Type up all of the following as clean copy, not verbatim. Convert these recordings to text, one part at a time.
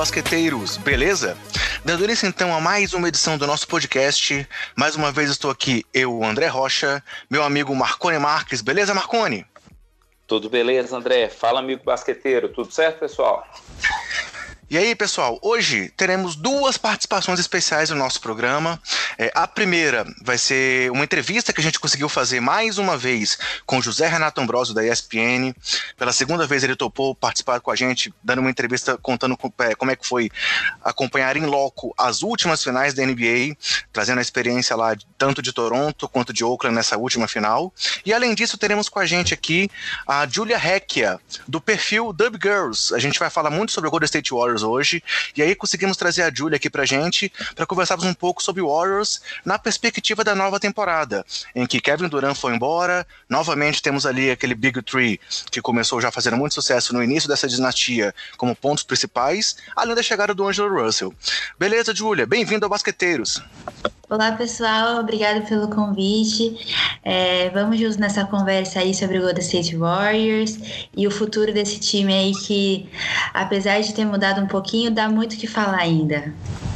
basqueteiros, beleza? Dando início então a mais uma edição do nosso podcast. Mais uma vez estou aqui, eu, André Rocha, meu amigo Marcone Marques, beleza, Marcone? Tudo beleza, André? Fala, amigo basqueteiro, tudo certo, pessoal? E aí, pessoal, hoje teremos duas participações especiais no nosso programa. A primeira vai ser uma entrevista que a gente conseguiu fazer mais uma vez com José Renato Ambrosio, da ESPN. Pela segunda vez ele topou participar com a gente, dando uma entrevista contando como é que foi acompanhar em loco as últimas finais da NBA, trazendo a experiência lá tanto de Toronto quanto de Oakland nessa última final. E além disso, teremos com a gente aqui a Julia Recchia, do perfil Dub Girls. A gente vai falar muito sobre o Golden State Warriors hoje, e aí conseguimos trazer a Julia aqui pra gente, para conversarmos um pouco sobre o Warriors na perspectiva da nova temporada, em que Kevin Durant foi embora, novamente temos ali aquele Big Three, que começou já fazendo muito sucesso no início dessa dinastia, como pontos principais, além da chegada do D'Angelo Russell. Beleza, Julia? Bem-vindo ao Basqueteiros. Olá, pessoal, obrigado pelo convite. Vamos juntos nessa conversa aí sobre o Golden State Warriors e o futuro desse time aí que, apesar de ter mudado um pouquinho, dá muito o que falar ainda.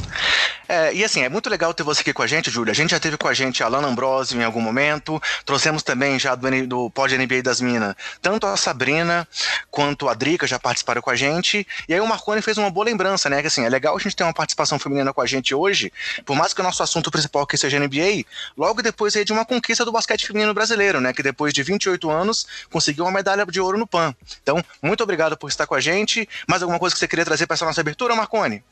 E assim, é muito legal ter você aqui com a gente, Júlia. A gente já teve com a gente a Alana Ambrosio em algum momento, trouxemos também já do Pod NBA das Minas, tanto a Sabrina quanto a Drica já participaram com a gente, e aí o Marcone fez uma boa lembrança, né, que assim, é legal a gente ter uma participação feminina com a gente hoje, por mais que o nosso assunto principal aqui seja NBA, logo depois aí de uma conquista do basquete feminino brasileiro, né, que depois de 28 anos conseguiu uma medalha de ouro no PAN. Então, muito obrigado por estar com a gente. Mais alguma coisa que você queria trazer para essa nossa abertura, Marcone?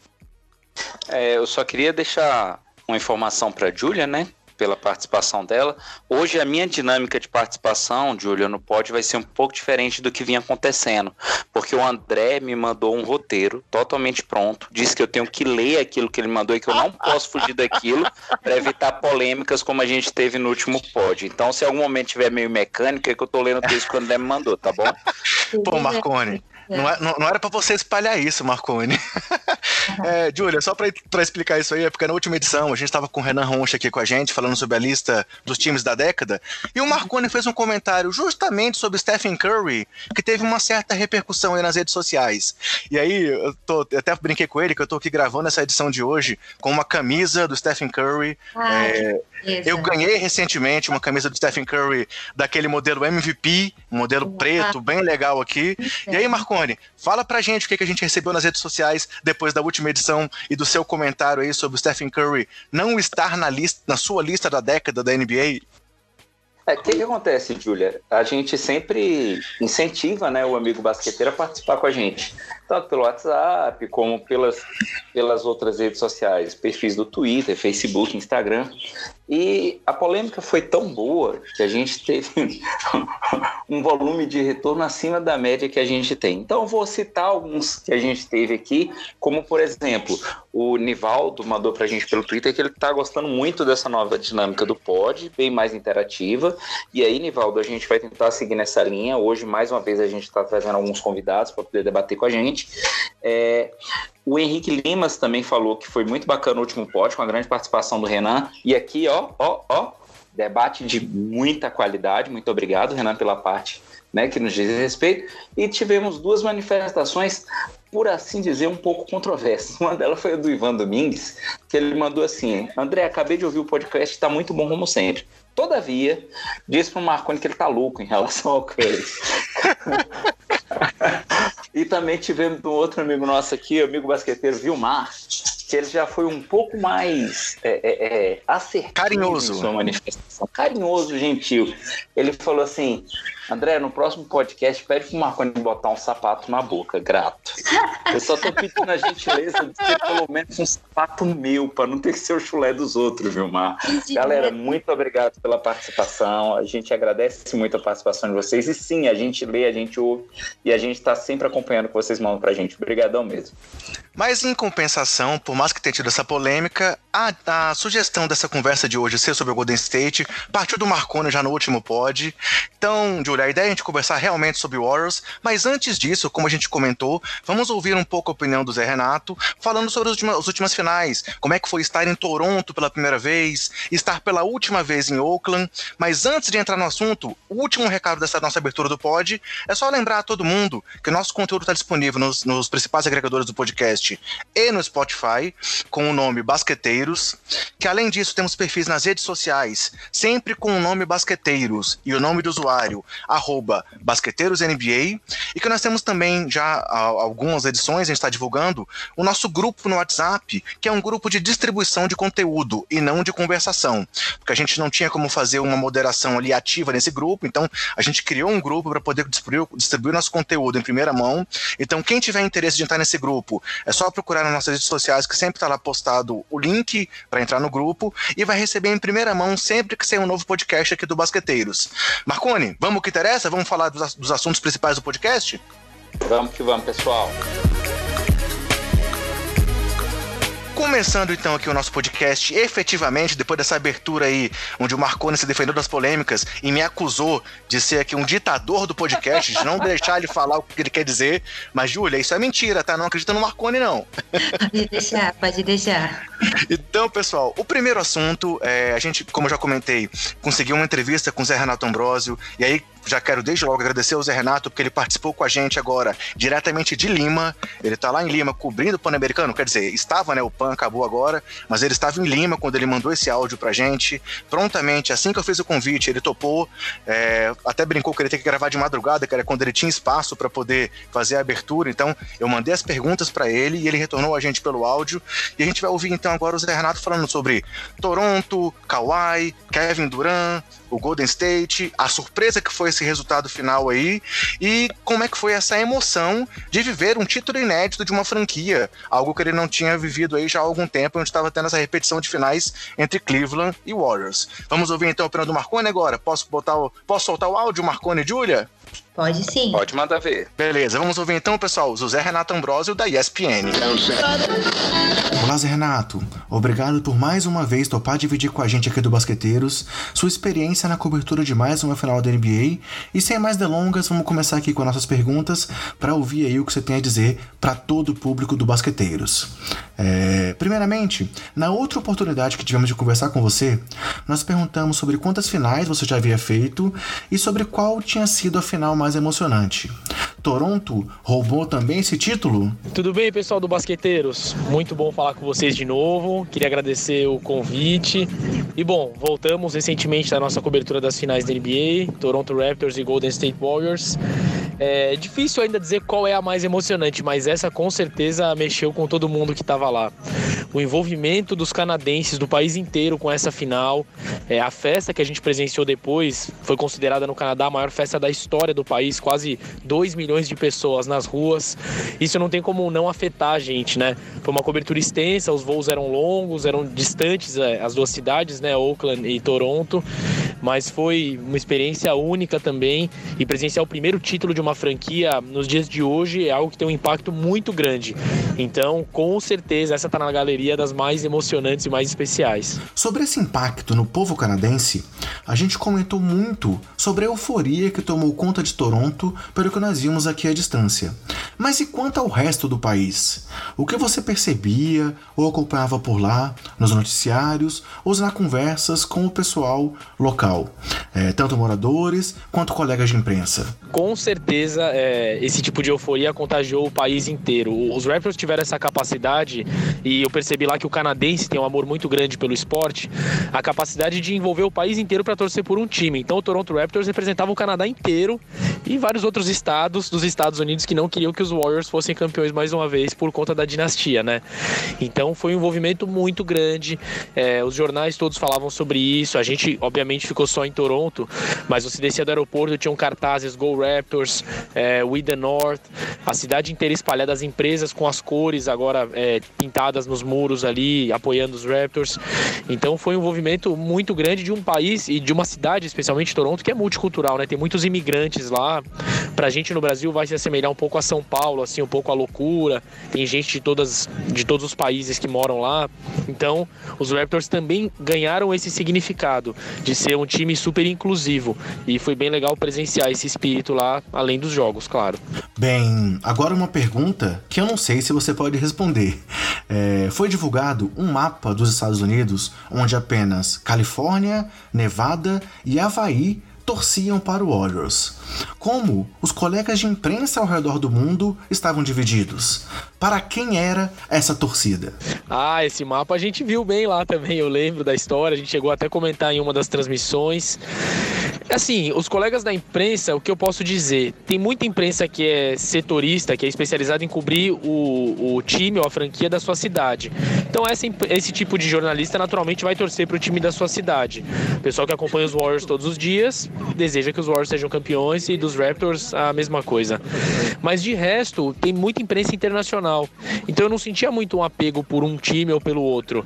Eu só queria deixar uma informação para a Júlia, né? Pela participação dela. Hoje a minha dinâmica de participação, Júlia, no pod vai ser um pouco diferente do que vinha acontecendo, porque o André me mandou um roteiro totalmente pronto, disse que eu tenho que ler aquilo que ele mandou e que eu não posso fugir daquilo para evitar polêmicas como a gente teve no último pod. Então, se em algum momento tiver meio mecânica, é que eu tô lendo o texto que o André me mandou, tá bom? Pô, Marcone, não era pra você espalhar isso, Marcone. Júlia, só pra explicar isso aí, é porque na última edição a gente tava com o Renan Roncha aqui com a gente, falando sobre a lista dos times da década, e o Marcone fez um comentário justamente sobre Stephen Curry, que teve uma certa repercussão aí nas redes sociais. E aí, eu até brinquei com ele, que eu tô aqui gravando essa edição de hoje com uma camisa do Stephen Curry. Eu ganhei recentemente uma camisa do Stephen Curry daquele modelo MVP, um modelo preto, bem legal aqui. E aí, Marcone, fala pra gente o que a gente recebeu nas redes sociais depois da última edição e do seu comentário aí sobre o Stephen Curry não estar na sua lista da década da NBA. O que acontece, Júlia? A gente sempre incentiva, né, o amigo basqueteiro a participar com a gente, tanto pelo WhatsApp como pelas outras redes sociais, perfis do Twitter, Facebook, Instagram. E a polêmica foi tão boa que a gente teve um volume de retorno acima da média que a gente tem. Então eu vou citar alguns que a gente teve aqui, como por exemplo, o Nivaldo mandou pra gente pelo Twitter que ele tá gostando muito dessa nova dinâmica do pod, bem mais interativa. E aí, Nivaldo, a gente vai tentar seguir nessa linha. Hoje, mais uma vez, a gente está trazendo alguns convidados para poder debater com a gente. O Henrique Limas também falou que foi muito bacana o último pod, com a grande participação do Renan. E aqui, debate de muita qualidade. Muito obrigado, Renan, pela parte, né, que nos diz respeito. E tivemos duas manifestações, por assim dizer, um pouco controversas. Uma delas foi a do Ivan Domingues, que ele mandou assim: André, acabei de ouvir o podcast, está muito bom como sempre. Todavia, disse para o Marconi que ele tá louco em relação ao Curry. E também tivemos um outro amigo nosso aqui, amigo basqueteiro Vilmar, que ele já foi um pouco mais assertivo, carinhoso em sua manifestação. Carinhoso, gentil. Ele falou assim: André, no próximo podcast, pede pro Marconi botar um sapato na boca, grato. Eu só tô pedindo a gentileza de ter pelo menos um sapato meu, para não ter que ser o chulé dos outros, Vilmar. Galera, muito obrigado pela participação. A gente agradece muito a participação de vocês. E sim, a gente lê, a gente ouve e a gente tá sempre acompanhando o que vocês mandam pra gente. Obrigadão mesmo. Mas em compensação, por mais que tenha tido essa polêmica, A sugestão dessa conversa de hoje ser sobre o Golden State partiu do Marconi já no último pod. Então, Julia, a ideia é a gente conversar realmente sobre o Warriors, mas antes disso, como a gente comentou, vamos ouvir um pouco a opinião do Zé Renato, falando sobre as últimas finais, como é que foi estar em Toronto pela primeira vez, estar pela última vez em Oakland. Mas antes de entrar no assunto, o último recado dessa nossa abertura do pod é só lembrar a todo mundo que o nosso conteúdo está disponível nos principais agregadores do podcast e no Spotify, com o nome Basqueteiros, que além disso temos perfis nas redes sociais, sempre com o nome Basqueteiros e o nome do usuário, @BasqueteirosNBA, e que nós temos também já algumas edições, a gente está divulgando, o nosso grupo no WhatsApp, que é um grupo de distribuição de conteúdo e não de conversação, porque a gente não tinha como fazer uma moderação ali ativa nesse grupo, então a gente criou um grupo para poder distribuir nosso conteúdo em primeira mão. Então quem tiver interesse de entrar nesse grupo, é só procurar nas nossas redes sociais, que sempre está lá postado o link para entrar no grupo, e vai receber em primeira mão sempre que sair um novo podcast aqui do Basqueteiros. Marconi, vamos o que interessa? Vamos falar dos assuntos principais do podcast? Vamos que vamos, pessoal. Começando então aqui o nosso podcast, efetivamente, depois dessa abertura aí, onde o Marconi se defendeu das polêmicas e me acusou de ser aqui um ditador do podcast, de não deixar ele falar o que ele quer dizer. Mas, Júlia, isso é mentira, tá? Não acredita no Marconi, não. Pode deixar. Então, pessoal, o primeiro assunto, a gente, como eu já comentei, conseguiu uma entrevista com o Zé Renato Ambrosio, e aí já quero desde logo agradecer ao Zé Renato, porque ele participou com a gente agora, diretamente de Lima. Ele tá lá em Lima, cobrindo o Pan-Americano, quer dizer, estava, né, o Pan acabou agora, mas ele estava em Lima quando ele mandou esse áudio pra gente. Prontamente, assim que eu fiz o convite, ele topou, até brincou que ele tem que gravar de madrugada, que era quando ele tinha espaço para poder fazer a abertura. Então, eu mandei as perguntas para ele e ele retornou a gente pelo áudio, e a gente vai ouvir então agora o Zé Renato falando sobre Toronto, Kawhi, Kevin Durant, o Golden State, a surpresa que foi esse resultado final aí, e como é que foi essa emoção de viver um título inédito de uma franquia, algo que ele não tinha vivido aí já há algum tempo, onde estava tendo essa repetição de finais entre Cleveland e Warriors. Vamos ouvir então a opinião do Marconi agora? Posso soltar o áudio, Marconi e Julia? Pode sim. Pode mandar ver. Beleza, vamos ouvir então, pessoal, o Zé Renato Ambrosio da ESPN. Olá, Zé Renato. Obrigado por mais uma vez topar dividir com a gente aqui do Basqueteiros sua experiência na cobertura de mais uma final da NBA. E sem mais delongas, vamos começar aqui com nossas perguntas para ouvir aí o que você tem a dizer para todo o público do Basqueteiros. Primeiramente, na outra oportunidade que tivemos de conversar com você, nós perguntamos sobre quantas finais você já havia feito e sobre qual tinha sido a final mais emocionante. Toronto roubou também esse título? Tudo bem, pessoal do Basqueteiros? Muito bom falar com vocês de novo. Queria agradecer o convite. E bom, voltamos recentemente da nossa cobertura das finais da NBA, Toronto Raptors e Golden State Warriors. É difícil ainda dizer qual é a mais emocionante, mas essa com certeza mexeu com todo mundo que estava lá. O envolvimento dos canadenses, do país inteiro com essa final, a festa que a gente presenciou depois, foi considerada no Canadá a maior festa da história do país, quase 2 milhões de pessoas nas ruas. Isso não tem como não afetar a gente, né? Foi uma cobertura extensa, os voos eram longos, eram distantes as duas cidades, né? Oakland e Toronto, mas foi uma experiência única também, e presenciar o primeiro título de uma franquia nos dias de hoje é algo que tem um impacto muito grande. Então, com certeza, essa tá na galeria das mais emocionantes e mais especiais. Sobre esse impacto no povo canadense, a gente comentou muito sobre a euforia que tomou conta de Toronto pelo que nós vimos aqui à distância. Mas e quanto ao resto do país? O que você percebia ou acompanhava por lá, nos noticiários ou nas conversas com o pessoal local? Tanto moradores quanto colegas de imprensa. Com certeza, esse tipo de euforia contagiou o país inteiro. Os Raptors tiveram essa capacidade, e eu percebi lá que o canadense tem um amor muito grande pelo esporte, a capacidade de envolver o país inteiro para torcer por um time. Então o Toronto Raptors representava o Canadá inteiro e vários outros estados dos Estados Unidos que não queriam que os Warriors fossem campeões mais uma vez por conta da dinastia, né? Então foi um envolvimento muito grande, os jornais todos falavam sobre isso, a gente obviamente ficou só em Toronto, mas você descia do aeroporto, tinham cartazes Go Raptors, We the North, a cidade inteira espalhada, as empresas com as cores agora pintadas nos muros ali, apoiando os Raptors. Então foi um envolvimento muito grande de um país e de uma cidade, especialmente Toronto, que é multicultural, né? Tem muitos imigrantes lá, lá, pra gente no Brasil vai se assemelhar um pouco a São Paulo, assim, um pouco a loucura. Tem gente de todos os países que moram lá. Então, os Raptors também ganharam esse significado de ser um time super inclusivo. E foi bem legal presenciar esse espírito lá, além dos jogos, claro. Bem, agora uma pergunta que eu não sei se você pode responder. Foi divulgado um mapa dos Estados Unidos onde apenas Califórnia, Nevada e Havaí torciam para o Warriors. Como os colegas de imprensa ao redor do mundo estavam divididos? Para quem era essa torcida? Esse mapa a gente viu bem lá também, eu lembro da história, a gente chegou até a comentar em uma das transmissões. Assim, os colegas da imprensa, o que eu posso dizer? Tem muita imprensa que é setorista, que é especializada em cobrir o time ou a franquia da sua cidade. Então esse tipo de jornalista naturalmente vai torcer para o time da sua cidade. O pessoal que acompanha os Warriors todos os dias deseja que os Warriors sejam campeões e dos Raptors a mesma coisa. Mas de resto, tem muita imprensa internacional. Então eu não sentia muito um apego por um time ou pelo outro.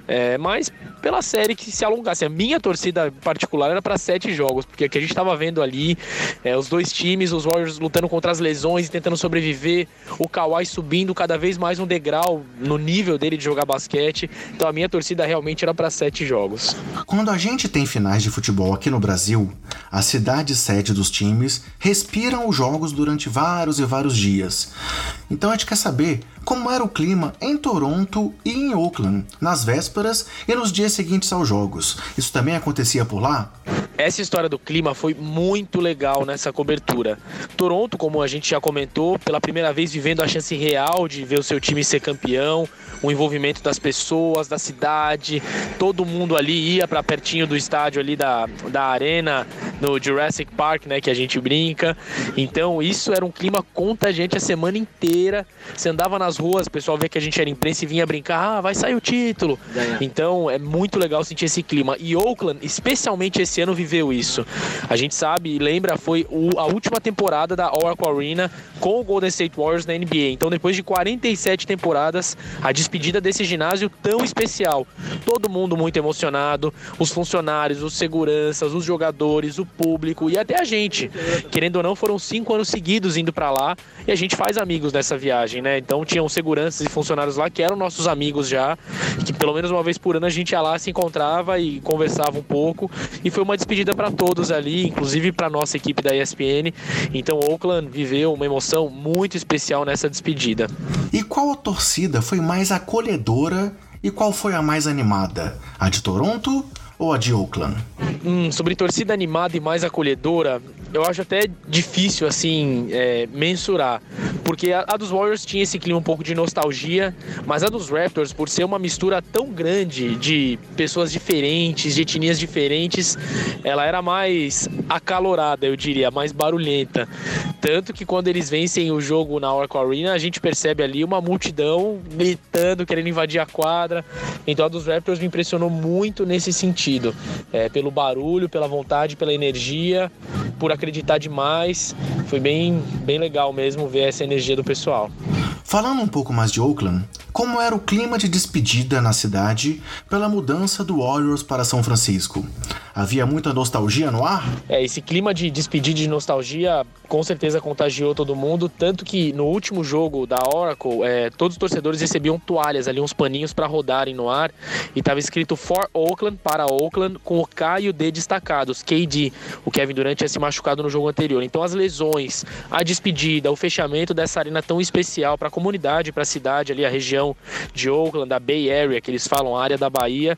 Mas pela série que se alongasse. A minha torcida particular era para 7 jogos, porque o que a gente estava vendo ali, os dois times, os Warriors lutando contra as lesões e tentando sobreviver, o Kawhi subindo cada vez mais um degrau no nível dele de jogar basquete. Então a minha torcida realmente era para 7 jogos. Quando a gente tem finais de futebol aqui no Brasil, a cidade sede dos times respiram os jogos durante vários e vários dias. Então a gente quer saber como era o clima em Toronto e em Oakland, nas vésperas e nos dias seguintes aos jogos. Isso também acontecia por lá? Essa história do clima foi muito legal nessa cobertura. Toronto, como a gente já comentou, pela primeira vez vivendo a chance real de ver o seu time ser campeão, o envolvimento das pessoas, da cidade, todo mundo ali ia para pertinho do estádio ali da arena, no Jurassic Park, né, que a gente brinca. Então isso era um clima contagiante a semana inteira. Você andava nas ruas, o pessoal vê que a gente era imprensa e vinha brincar, vai sair o título. Então é muito legal sentir esse clima. E Oakland, especialmente esse ano, viveu isso. A gente sabe e lembra, foi a última temporada da Oracle Arena com o Golden State Warriors na NBA. Então depois de 47 temporadas, a despedida desse ginásio tão especial. Todo mundo muito emocionado, os funcionários, os seguranças, os jogadores, o público e até a gente. Querendo ou não, foram 5 anos seguidos indo pra lá e a gente faz amigos nessa viagem, né? Então tinham seguranças e funcionários lá que eram nossos amigos já, que pelo menos uma vez por ano a gente ia lá, se encontrava e conversava um pouco, e foi uma despedida para todos ali, inclusive para nossa equipe da ESPN. Então Oakland viveu uma emoção muito especial nessa despedida. E qual a torcida foi mais acolhedora e qual foi a mais animada? A de Toronto ou a de Oakland? Sobre torcida animada e mais acolhedora, eu acho até difícil assim mensurar, porque a dos Warriors tinha esse clima um pouco de nostalgia, mas a dos Raptors, por ser uma mistura tão grande de pessoas diferentes, de etnias diferentes, ela era mais acalorada, eu diria, mais barulhenta. Tanto que quando eles vencem o jogo na Oracle Arena, a gente percebe ali uma multidão gritando, querendo invadir a quadra. Então a dos Raptors me impressionou muito nesse sentido, pelo barulho, pela vontade, pela energia, por acreditar demais. Foi bem legal mesmo ver essa energia do pessoal. Falando um pouco mais de Oakland, como era o clima de despedida na cidade pela mudança do Warriors para São Francisco? Havia muita nostalgia no ar? Esse clima de despedida de nostalgia com certeza contagiou todo mundo, tanto que no último jogo da Oracle, todos os torcedores recebiam toalhas ali, uns paninhos para rodarem no ar, e estava escrito For Oakland, para Oakland, com o K e o D destacados, KD. O Kevin Durant tinha se machucado no jogo anterior. Então as lesões, a despedida, o fechamento dessa arena tão especial para a comunidade, para a cidade ali, a região de Oakland, da Bay Area, que eles falam, a área da Bahia,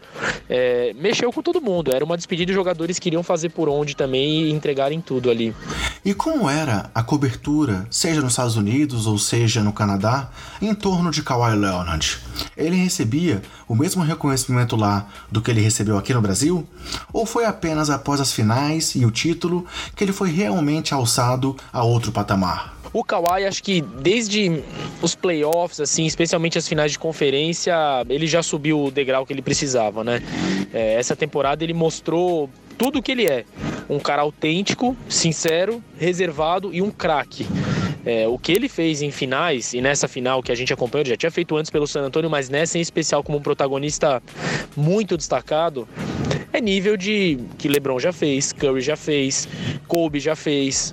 mexeu com todo mundo. Era uma despedida e os jogadores queriam fazer por onde também e entregarem tudo ali. E como era a cobertura, seja nos Estados Unidos ou seja no Canadá, em torno de Kawhi Leonard? Ele recebia o mesmo reconhecimento lá do que ele recebeu aqui no Brasil? Ou foi apenas após as finais e o título que ele foi realmente alçado a outro patamar? O Kawhi, acho que desde os playoffs, assim, especialmente as finais de conferência, ele já subiu o degrau que ele precisava, né? Essa temporada ele mostrou tudo o que ele é. Um cara autêntico, sincero, reservado e um craque. O que ele fez em finais, e nessa final que a gente acompanhou, ele já tinha feito antes pelo San Antonio, mas nessa em especial como um protagonista muito destacado, é nível de que LeBron já fez, Curry já fez, Kobe já fez.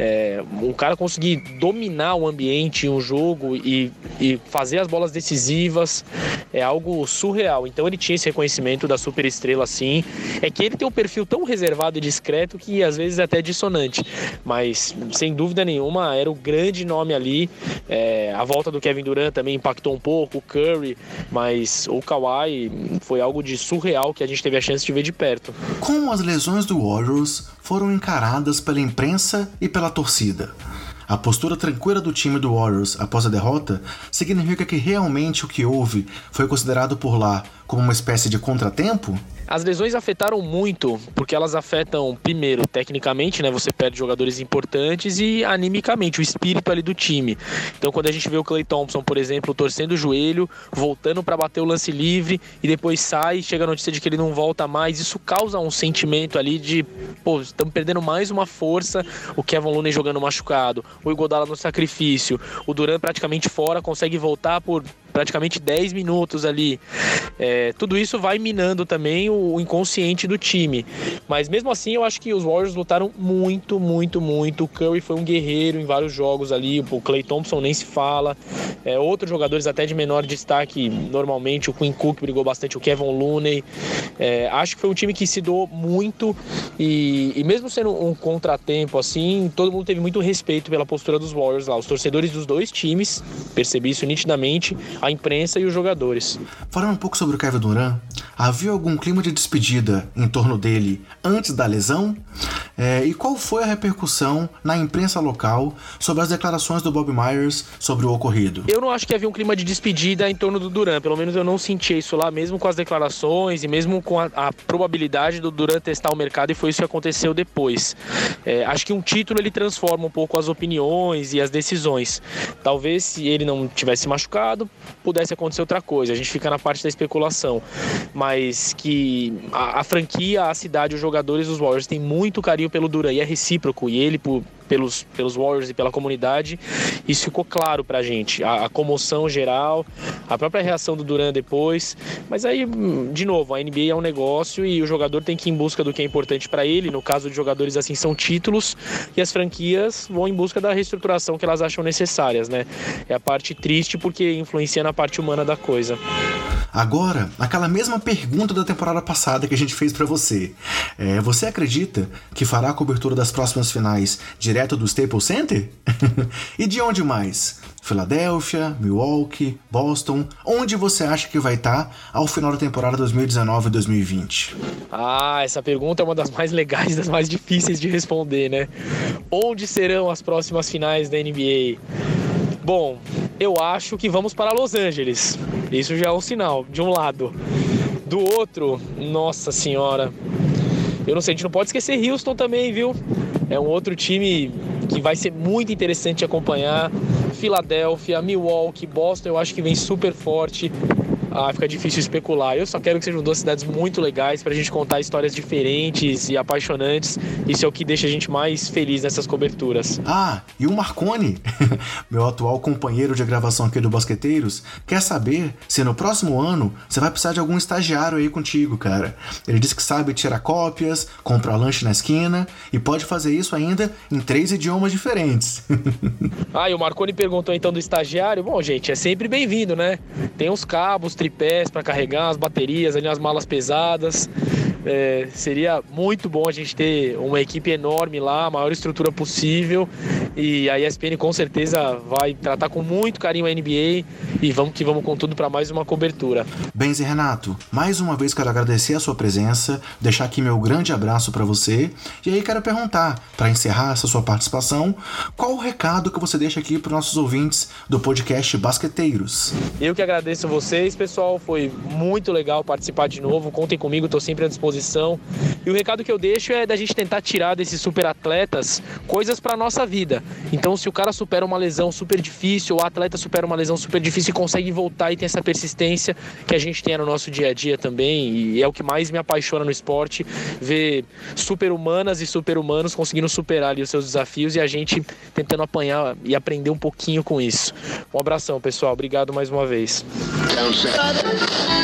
Um cara conseguir dominar o ambiente, um jogo e fazer as bolas decisivas é algo surreal. Então ele tinha esse reconhecimento da superestrela, assim. É que ele tem um perfil tão reservado e discreto que às vezes é até dissonante, mas sem dúvida nenhuma era o grande nome ali. A volta do Kevin Durant também impactou um pouco, o Curry, mas o Kawhi foi algo de surreal que a gente teve a chance de ver de perto. Como as lesões do Warriors foram encaradas pela imprensa e pela torcida? A postura tranquila do time do Warriors após a derrota significa que realmente o que houve foi considerado por lá como uma espécie de contratempo? As lesões afetaram muito, porque elas afetam, primeiro, tecnicamente, né? Você perde jogadores importantes e animicamente, o espírito ali do time. Então, quando a gente vê o Klay Thompson, por exemplo, torcendo o joelho, voltando para bater o lance livre e depois sai, chega a notícia de que ele não volta mais, isso causa um sentimento ali de, estamos perdendo mais uma força, o Kevin Looney jogando machucado, o Iguodala no sacrifício, o Durant praticamente fora, consegue voltar por praticamente 10 minutos ali. Tudo isso vai minando também o inconsciente do time. Mas mesmo assim, eu acho que os Warriors lutaram muito, muito, muito. O Curry foi um guerreiro em vários jogos ali. O Klay Thompson nem se fala. Outros jogadores até de menor destaque, normalmente o Quinn Cook brigou bastante, o Kevin Looney. Acho que foi um time que se doou muito e mesmo sendo um contratempo assim, todo mundo teve muito respeito pela postura dos Warriors lá. Os torcedores dos dois times, percebi isso nitidamente, a imprensa e os jogadores. Falando um pouco sobre o Kevin Durant, havia algum clima de despedida em torno dele antes da lesão? E qual foi a repercussão na imprensa local sobre as declarações do Bob Myers sobre o ocorrido? Eu não acho que havia um clima de despedida em torno do Durant, pelo menos eu não senti isso lá, mesmo com as declarações e mesmo com a probabilidade do Durant testar o mercado, e foi isso que aconteceu depois. Acho que um título ele transforma um pouco as opiniões e as decisões. Talvez se ele não tivesse machucado, pudesse acontecer outra coisa, a gente fica na parte da especulação, mas que a franquia, a cidade, os jogadores dos Warriors têm muito carinho pelo Durant e é recíproco, e ele pelos Warriors e pela comunidade, isso ficou claro pra gente, a comoção geral, a própria reação do Durant depois, mas aí, de novo, a NBA é um negócio e o jogador tem que ir em busca do que é importante pra ele, no caso de jogadores assim são títulos, e as franquias vão em busca da reestruturação que elas acham necessárias, né? É a parte triste porque influencia na parte humana da coisa. Agora, aquela mesma pergunta da temporada passada que a gente fez pra você. Você acredita que fará a cobertura das próximas finais direto do Staples Center? E de onde mais? Filadélfia, Milwaukee, Boston? Onde você acha que vai estar ao final da temporada 2019 e 2020? Essa pergunta é uma das mais legais, das mais difíceis de responder, né? Onde serão as próximas finais da NBA? Bom, eu acho que vamos para Los Angeles. Isso já é um sinal, de um lado. Do outro, nossa senhora, eu não sei, a gente não pode esquecer Houston também, viu? É um outro time que vai ser muito interessante de acompanhar. Filadélfia, Milwaukee, Boston, eu acho que vem super forte. Fica difícil especular. Eu só quero que sejam duas cidades muito legais pra gente contar histórias diferentes e apaixonantes. Isso é o que deixa a gente mais feliz nessas coberturas. E o Marconi, meu atual companheiro de gravação aqui do Basqueteiros, quer saber se no próximo ano você vai precisar de algum estagiário aí contigo, cara. Ele disse que sabe tirar cópias, comprar lanche na esquina e pode fazer isso ainda em 3 idiomas diferentes. E o Marconi perguntou então do estagiário. Bom, gente, é sempre bem-vindo, né? Tem uns cabos, tripés para carregar, as baterias, ali as malas pesadas. Seria muito bom a gente ter uma equipe enorme lá, a maior estrutura possível, e a ESPN com certeza vai tratar com muito carinho a NBA e vamos com tudo para mais uma cobertura. Benzi Renato, mais uma vez quero agradecer a sua presença, deixar aqui meu grande abraço para você, e aí quero perguntar, para encerrar essa sua participação, qual o recado que você deixa aqui para os nossos ouvintes do podcast Basqueteiros? Eu que agradeço vocês, pessoal, foi muito legal participar de novo, contem comigo, estou sempre à disposição. E o recado que eu deixo é da gente tentar tirar desses super atletas coisas para nossa vida. Então, se o cara supera uma lesão super difícil, ou o atleta supera uma lesão super difícil e consegue voltar e tem essa persistência que a gente tem no nosso dia a dia também, e é o que mais me apaixona no esporte, ver super-humanas e super-humanos conseguindo superar ali os seus desafios e a gente tentando apanhar e aprender um pouquinho com isso. Um abração, pessoal. Obrigado mais uma vez. Então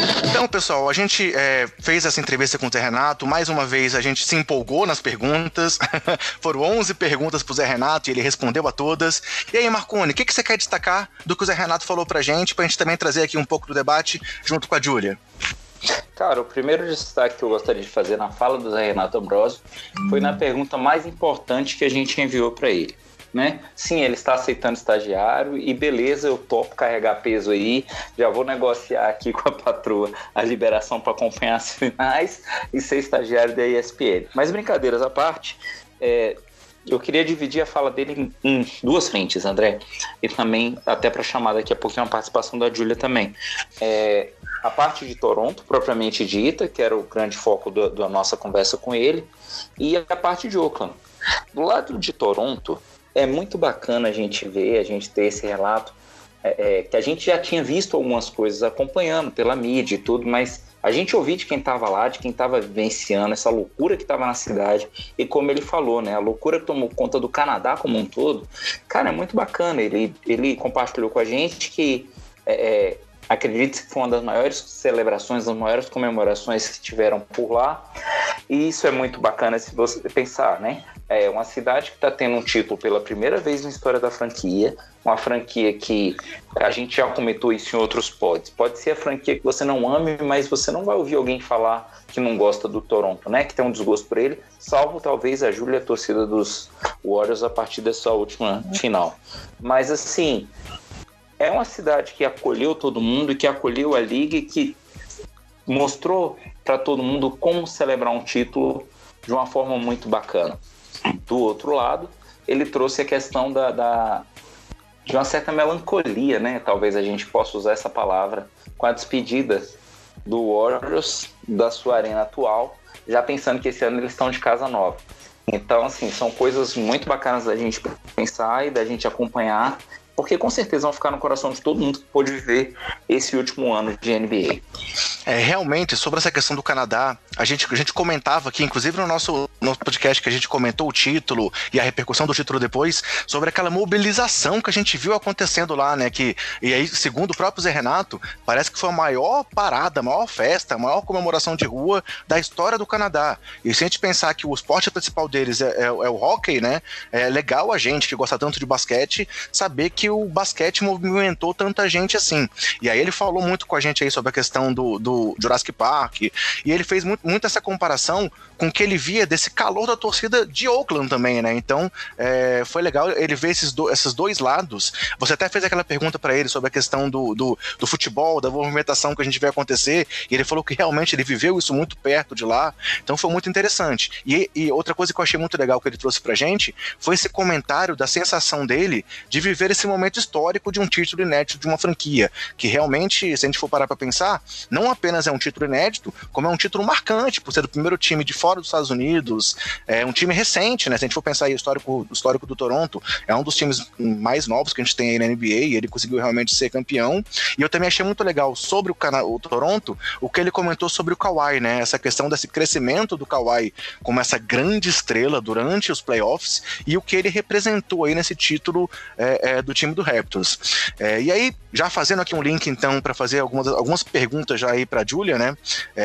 Então, pessoal, a gente fez essa entrevista com o Zé Renato. Mais uma vez, a gente se empolgou nas perguntas. Foram 11 perguntas pro Zé Renato e ele respondeu a todas. E aí, Marconi, o que você quer destacar do que o Zé Renato falou pra gente também trazer aqui um pouco do debate junto com a Júlia? Cara, o primeiro destaque que eu gostaria de fazer na fala do Zé Renato Ambrosio foi na pergunta mais importante que a gente enviou para ele, né? Sim, ele está aceitando estagiário e beleza, eu topo carregar peso aí, já vou negociar aqui com a patroa a liberação para acompanhar as finais e ser estagiário da ESPN. Mas brincadeiras à parte, eu queria dividir a fala dele em duas frentes, André, e também até para chamar daqui a pouquinho a participação da Júlia também. A parte de Toronto, propriamente dita, que era o grande foco da nossa conversa com ele, e a parte de Oakland. Do lado de Toronto, é muito bacana a gente ver, a gente ter esse relato, que a gente já tinha visto algumas coisas acompanhando pela mídia e tudo, mas a gente ouviu de quem estava lá, de quem estava vivenciando essa loucura que estava na cidade, e como ele falou, né, a loucura que tomou conta do Canadá como um todo, cara, é muito bacana. Ele compartilhou com a gente que acredito que foi uma das maiores celebrações, das maiores comemorações que tiveram por lá, e isso é muito bacana se você pensar, né? É uma cidade que está tendo um título pela primeira vez na história da franquia, uma franquia que a gente já comentou isso em outros pods. Pode ser a franquia que você não ame, mas você não vai ouvir alguém falar que não gosta do Toronto, né? Que tem um desgosto por ele, salvo talvez a Júlia, a torcida dos Warriors, a partir dessa última final. Mas assim, é uma cidade que acolheu todo mundo, que acolheu a liga e que mostrou para todo mundo como celebrar um título de uma forma muito bacana. Do outro lado, ele trouxe a questão de uma certa melancolia, né? Talvez a gente possa usar essa palavra, com a despedida do Warriors da sua arena atual, já pensando que esse ano eles estão de casa nova. Então, assim, são coisas muito bacanas da gente pensar e da gente acompanhar, porque com certeza vão ficar no coração de todo mundo que pôde viver esse último ano de NBA. Realmente, sobre essa questão do Canadá, a gente comentava aqui, inclusive no nosso podcast, que a gente comentou o título e a repercussão do título depois, sobre aquela mobilização que a gente viu acontecendo lá, né? E aí, segundo o próprio Zé Renato, parece que foi a maior parada, a maior festa, a maior comemoração de rua da história do Canadá. E se a gente pensar que o esporte principal deles é o hockey, né? É legal a gente que gosta tanto de basquete saber que o basquete movimentou tanta gente assim. E aí ele falou muito com a gente aí sobre a questão do Jurassic Park, e ele fez muito essa comparação com o que ele via desse calor da torcida de Oakland também, né? Então, foi legal ele ver esses dois lados. Você até fez aquela pergunta para ele sobre a questão do futebol, da movimentação que a gente vê acontecer, e ele falou que realmente ele viveu isso muito perto de lá, então foi muito interessante. E outra coisa que eu achei muito legal que ele trouxe pra gente foi esse comentário da sensação dele de viver esse momento histórico de um título inédito de uma franquia, que realmente, se a gente for parar pra pensar, não apenas é um título inédito, como é um título marcante, por ser o primeiro time de fora dos Estados Unidos, é um time recente, né? Se a gente for pensar aí o histórico do Toronto, é um dos times mais novos que a gente tem aí na NBA, e ele conseguiu realmente ser campeão. E eu também achei muito legal sobre o Toronto, o que ele comentou sobre o Kawhi, né? Essa questão desse crescimento do Kawhi como essa grande estrela durante os playoffs, e o que ele representou aí nesse título do time do Raptors. E aí, já fazendo aqui um link então para fazer algumas perguntas já aí para Júlia, né?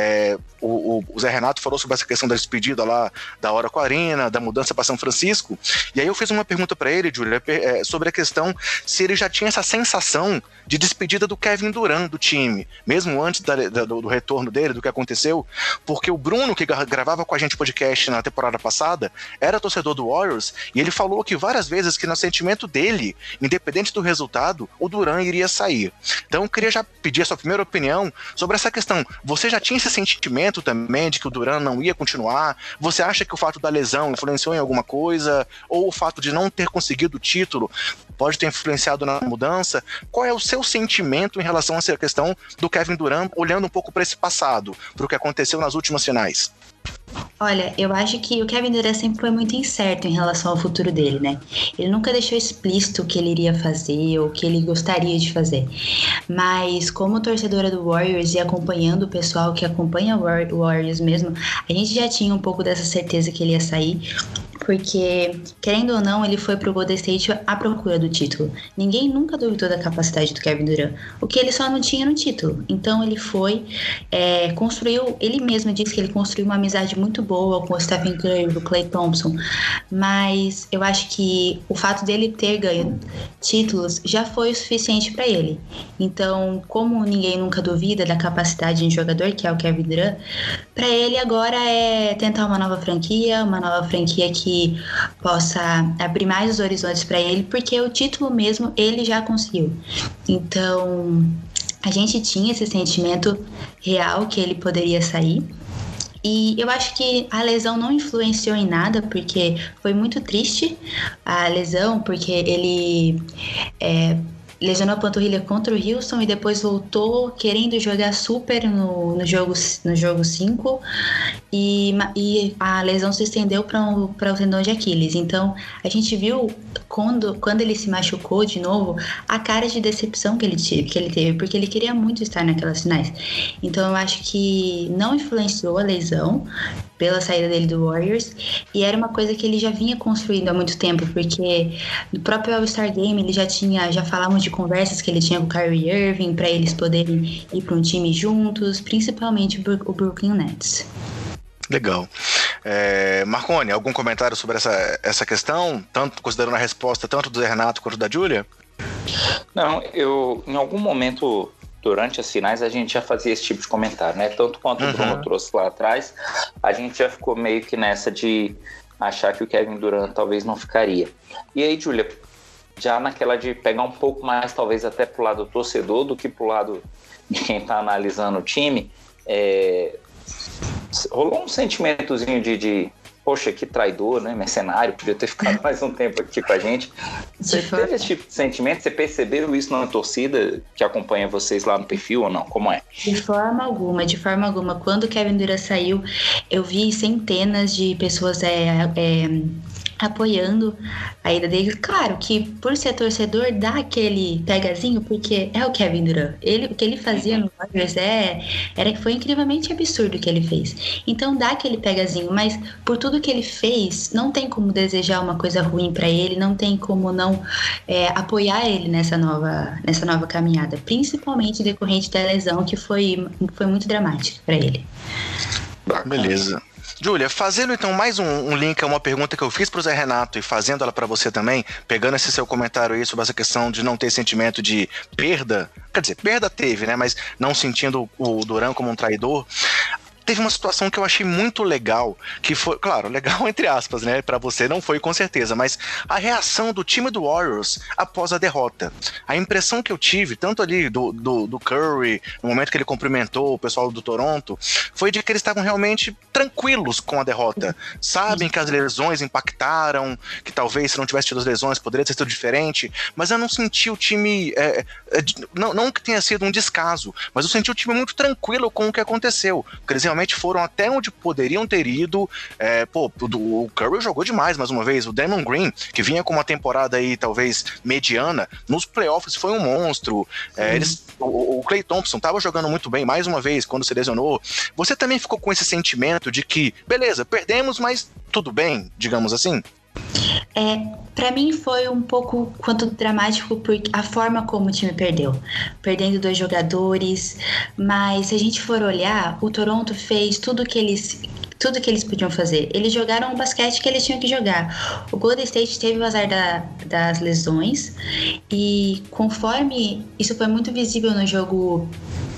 O Zé Renato falou sobre essa questão da despedida lá da hora com a arena, da mudança para São Francisco, e aí eu fiz uma pergunta para ele, Júlia, sobre a questão se ele já tinha essa sensação de despedida do Kevin Durant do time, mesmo antes do retorno dele, do que aconteceu, porque o Bruno, que gravava com a gente podcast na temporada passada, era torcedor do Warriors, e ele falou que várias vezes que no sentimento dele, independente do resultado, o Durant iria sair. Então eu queria já pedir a sua primeira opinião sobre essa questão. Você já tinha esse sentimento também de que o Durant não ia continuar? Você acha que o fato da lesão influenciou em alguma coisa? Ou o fato de não ter conseguido o título pode ter influenciado na mudança? Qual é o seu sentimento em relação a essa questão do Kevin Durant, olhando um pouco para esse passado, para o que aconteceu nas últimas finais? Olha, eu acho que o Kevin Durant sempre foi muito incerto em relação ao futuro dele, né? Ele nunca deixou explícito o que ele iria fazer ou o que ele gostaria de fazer. Mas como torcedora do Warriors e acompanhando o pessoal que acompanha o Warriors mesmo, a gente já tinha um pouco dessa certeza que ele ia sair, porque, querendo ou não, ele foi pro Golden State à procura do título. Ninguém nunca duvidou da capacidade do Kevin Durant. O que ele só não tinha no título. Então ele foi, construiu, ele mesmo disse que ele construiu uma amizade muito boa com o Stephen Curry, o Klay Thompson, mas eu acho que o fato dele ter ganho títulos já foi o suficiente para ele. Então, como ninguém nunca duvida da capacidade de um jogador, que é o Kevin Durant, para ele agora é tentar uma nova franquia que possa abrir mais os horizontes para ele, porque o título mesmo ele já conseguiu. Então, a gente tinha esse sentimento real que ele poderia sair. E eu acho que a lesão não influenciou em nada, porque foi muito triste a lesão, porque ele lesionou a panturrilha contra o Houston e depois voltou querendo jogar super no jogo 5 e a lesão se estendeu para o tendão de Aquiles. Então a gente viu quando ele se machucou de novo a cara de decepção que ele teve, porque ele queria muito estar naquelas finais. Então eu acho que não influenciou a lesão pela saída dele do Warriors, e era uma coisa que ele já vinha construindo há muito tempo, porque no próprio All-Star Game ele já falávamos de conversas que ele tinha com o Kyrie Irving para eles poderem ir para um time juntos, principalmente o Brooklyn Nets. Legal. Marconi, algum comentário sobre essa questão, tanto considerando a resposta tanto do Zé Renato quanto da Júlia? Não, eu em algum momento durante as finais a gente já fazia esse tipo de comentário, né? Tanto quanto o Bruno trouxe lá atrás, a gente já ficou meio que nessa de achar que o Kevin Durant talvez não ficaria. E aí, Júlia, já naquela de pegar um pouco mais, talvez até pro lado do torcedor do que pro lado de quem tá analisando o time, rolou um sentimentozinho de poxa, que traidor, né? Mercenário, podia ter ficado mais um tempo aqui com a gente. Você teve esse tipo de sentimento? Você percebeu isso na torcida que acompanha vocês lá no perfil ou não? Como é? De forma alguma. Quando o Kevin Durant saiu, eu vi centenas de pessoas apoiando a ida dele. Claro que por ser torcedor dá aquele pegazinho, porque é o Kevin Durant. O que ele fazia no Warriors foi incrivelmente absurdo o que ele fez. Então dá aquele pegazinho, mas por tudo que ele fez, não tem como desejar uma coisa ruim para ele, não tem como não apoiar ele nessa nova caminhada, principalmente decorrente da lesão, que foi muito dramática para ele. Beleza. Júlia, fazendo então mais um link a uma pergunta que eu fiz pro Zé Renato e fazendo ela para você também, pegando esse seu comentário aí sobre essa questão de não ter sentimento de perda, quer dizer, perda teve, né, mas não sentindo o Durant como um traidor. Teve uma situação que eu achei muito legal, que foi, claro, legal entre aspas, né, pra você não foi com certeza, mas a reação do time do Warriors após a derrota. A impressão que eu tive, tanto ali do Curry, no momento que ele cumprimentou o pessoal do Toronto, foi de que eles estavam realmente tranquilos com a derrota. Sabem que as lesões impactaram, que talvez se não tivesse tido as lesões poderia ter sido diferente, mas eu não senti o time, não que tenha sido um descaso, mas eu senti o time muito tranquilo com o que aconteceu, porque eles realmente foram até onde poderiam ter ido. O Curry jogou demais mais uma vez. O Draymond Green, que vinha com uma temporada aí talvez mediana, nos playoffs foi um monstro. O Klay Thompson estava jogando muito bem mais uma vez quando se lesionou. Você também ficou com esse sentimento de que, beleza, perdemos, mas tudo bem, digamos assim? Pra mim foi um pouco quanto dramático porque a forma como o time perdendo 2 jogadores, mas se a gente for olhar, o Toronto fez tudo que eles podiam fazer. Eles jogaram o basquete que eles tinham que jogar. O Golden State teve o azar das lesões, e conforme isso foi muito visível no jogo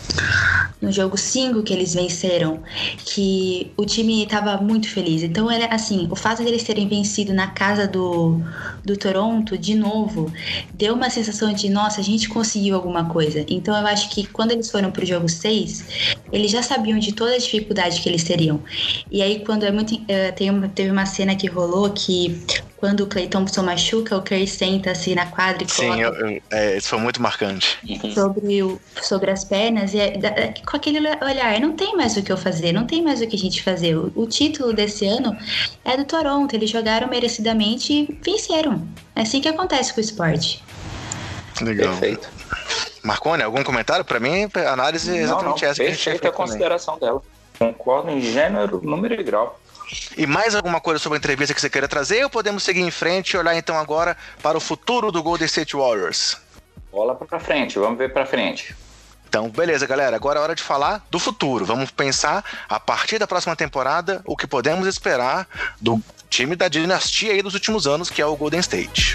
5 que eles venceram, que o time estava muito feliz. Então, o fato deles terem vencido na casa do Toronto de novo, deu uma sensação de, nossa, a gente conseguiu alguma coisa. Então, eu acho que quando eles foram pro jogo 6, eles já sabiam de toda a dificuldade que eles teriam. E aí, quando teve uma cena que rolou que quando o Klay Thompson machuca, o Curry senta assim na quadra e coloca... Sim, isso foi muito marcante. Sobre as pernas, com aquele olhar, não tem mais o que eu fazer, não tem mais o que a gente fazer. O título desse ano é do Toronto, eles jogaram merecidamente e venceram. É assim que acontece com o esporte. Legal. Perfeito. Marconi, algum comentário? Para mim, a análise é exatamente essa. Perfeita a consideração dela. Concordo em gênero, número e grau. E mais alguma coisa sobre a entrevista que você queira trazer, ou podemos seguir em frente e olhar então agora para o futuro do Golden State Warriors? Bola pra frente, vamos ver pra frente. Então, beleza, galera. Agora é hora de falar do futuro. Vamos pensar, a partir da próxima temporada, o que podemos esperar do time da dinastia aí dos últimos anos, que é o Golden State.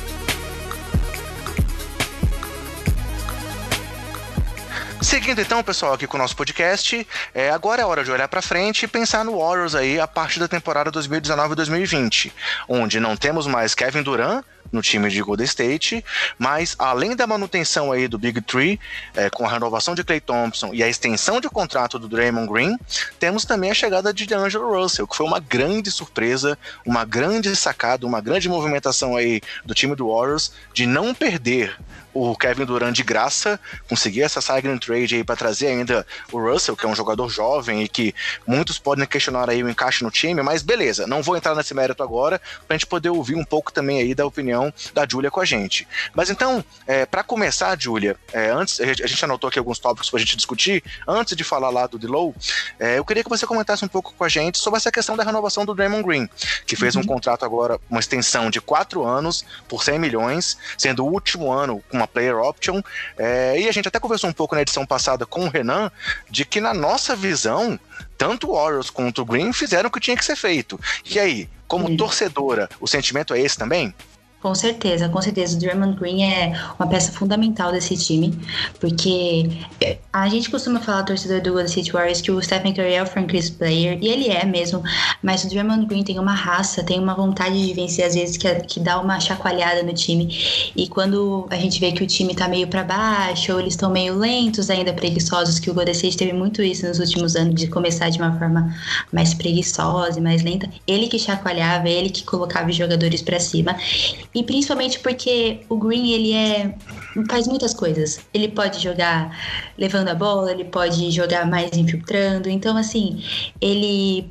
Seguindo então, pessoal, aqui com o nosso podcast, agora é hora de olhar para frente e pensar no Warriors aí a partir da temporada 2019-2020, onde não temos mais Kevin Durant no time de Golden State, mas além da manutenção aí do Big Three, com a renovação de Klay Thompson e a extensão de contrato do Draymond Green, temos também a chegada de D'Angelo Russell, que foi uma grande surpresa, uma grande sacada, uma grande movimentação aí do time do Warriors de não perder o Kevin Durant de graça, conseguir essa signing trade aí para trazer ainda o Russell, que é um jogador jovem e que muitos podem questionar aí o encaixe no time, mas beleza, não vou entrar nesse mérito agora, pra gente poder ouvir um pouco também aí da opinião da Júlia com a gente. Mas então, para começar, Júlia, antes, a gente anotou aqui alguns tópicos pra gente discutir, antes de falar lá do D-Low, eu queria que você comentasse um pouco com a gente sobre essa questão da renovação do Draymond Green, que fez um contrato agora, uma extensão de 4 anos por 100 milhões, sendo o último ano com uma player option, e a gente até conversou um pouco na edição passada com o Renan, de que na nossa visão, tanto o Warriors quanto o Green fizeram o que tinha que ser feito. E aí, como torcedora, o sentimento é esse também? Com certeza, com certeza. O Draymond Green é uma peça fundamental desse time, porque a gente costuma falar, torcedor do Golden State Warriors, que o Stephen Curry é o franchise player, e ele é mesmo, mas o Draymond Green tem uma raça, tem uma vontade de vencer, às vezes, que dá uma chacoalhada no time, e quando a gente vê que o time tá meio pra baixo, ou eles estão meio lentos ainda, preguiçosos, que o Golden State teve muito isso nos últimos anos, de começar de uma forma mais preguiçosa e mais lenta, ele que chacoalhava, ele que colocava os jogadores pra cima. E principalmente porque o Green, ele faz muitas coisas. Ele pode jogar levando a bola, ele pode jogar mais infiltrando. Então, assim, ele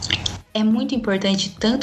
é muito importante tanto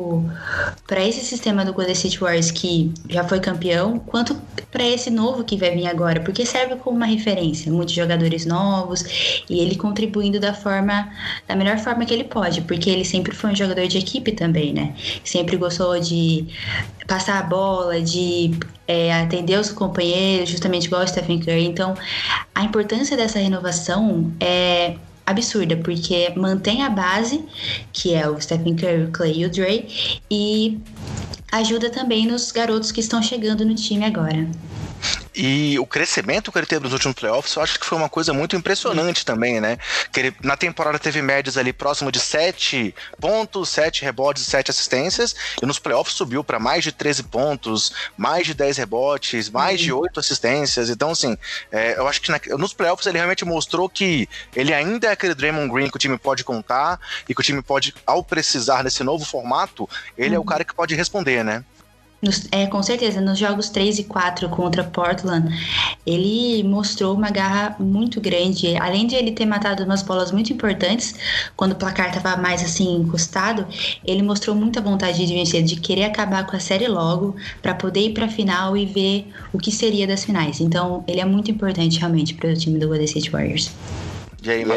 para esse sistema do Golden State Warriors, que já foi campeão, quanto para esse novo que vai vir agora, porque serve como uma referência, muitos jogadores novos, e ele contribuindo da melhor forma que ele pode, porque ele sempre foi um jogador de equipe também, né? Sempre gostou de passar a bola, de atender os companheiros, justamente igual o Stephen Curry. Então, a importância dessa renovação é absurda, porque mantém a base, que é o Stephen Curry, o Klay e o Dre, e ajuda também nos garotos que estão chegando no time agora. E o crescimento que ele teve nos últimos playoffs, eu acho que foi uma coisa muito impressionante também, né? Que ele, na temporada, teve médias ali próximo de 7 pontos, 7 rebotes e 7 assistências, e nos playoffs subiu para mais de 13 pontos, mais de 10 rebotes, mais de 8 assistências. Então, assim, eu acho que nos playoffs ele realmente mostrou que ele ainda é aquele Draymond Green que o time pode contar e que o time pode, ao precisar desse novo formato, ele é o cara que pode responder, né? Com certeza, nos jogos 3 e 4 contra Portland, ele mostrou uma garra muito grande. Além de ele ter matado umas bolas muito importantes, quando o placar estava mais assim encostado, ele mostrou muita vontade de vencer, de querer acabar com a série logo, para poder ir para a final e ver o que seria das finais. Então, ele é muito importante realmente para o time do Golden State Warriors. E aí,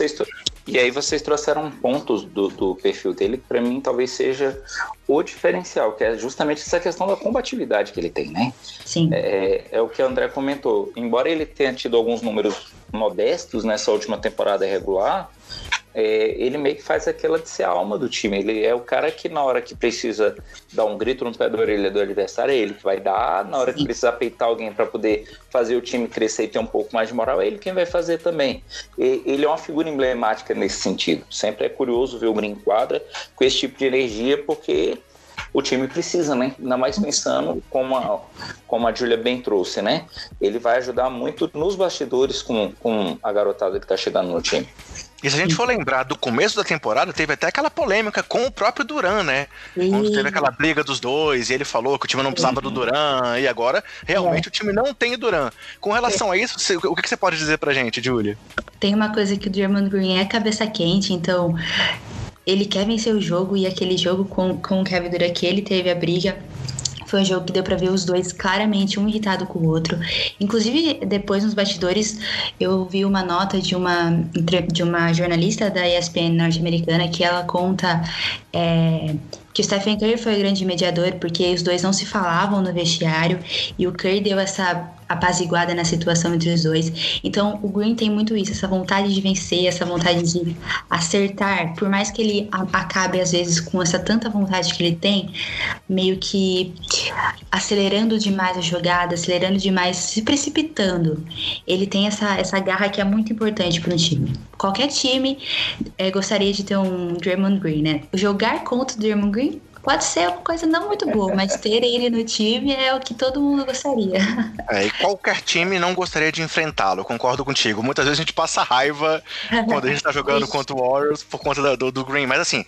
E aí vocês trouxeram pontos do perfil dele que para mim talvez seja o diferencial, que é justamente essa questão da combatividade que ele tem, né? Sim. É o que o André comentou. Embora ele tenha tido alguns números modestos nessa última temporada regular, ele meio que faz aquela de ser a alma do time. Ele é o cara que na hora que precisa dar um grito no pé da orelha do adversário, é ele que vai dar. Na hora que precisa peitar alguém para poder fazer o time crescer e ter um pouco mais de moral, é ele quem vai fazer também. Ele é uma figura emblemática nesse sentido. Sempre é curioso ver o Green em quadra com esse tipo de energia, porque o time precisa, né? Ainda mais pensando como a Júlia bem trouxe, né? Ele vai ajudar muito nos bastidores com a garotada que tá chegando no time. E se a gente for lembrar do começo da temporada, teve até aquela polêmica com o próprio Durant, né? Quando teve aquela briga dos dois, e ele falou que o time não precisava do Durant, e agora realmente o time não tem o Durant. Com relação a isso, o que você pode dizer pra gente, Júlia? Tem uma coisa que o Draymond Green é cabeça quente, então ele quer vencer o jogo, e aquele jogo com o Kevin Durant que ele teve a briga Foi um jogo que deu pra ver os dois claramente, um irritado com o outro. Inclusive, depois nos bastidores, eu vi uma nota de uma jornalista da ESPN norte-americana que ela conta que o Stephen Curry foi o grande mediador porque os dois não se falavam no vestiário e o Curry deu essa apaziguada na situação entre os dois. Então o Green tem muito isso, essa vontade de vencer, essa vontade de acertar, por mais que ele acabe às vezes com essa tanta vontade que ele tem, meio que acelerando demais a jogada, acelerando demais, se precipitando. Ele tem essa garra que é muito importante para um time. Qualquer time gostaria de ter um Draymond Green, né? Jogar contra o Draymond Green pode ser uma coisa não muito boa, mas ter ele no time é o que todo mundo gostaria. E qualquer time não gostaria de enfrentá-lo, eu concordo contigo. Muitas vezes a gente passa raiva quando a gente tá jogando contra o Warriors por conta do Green, mas assim,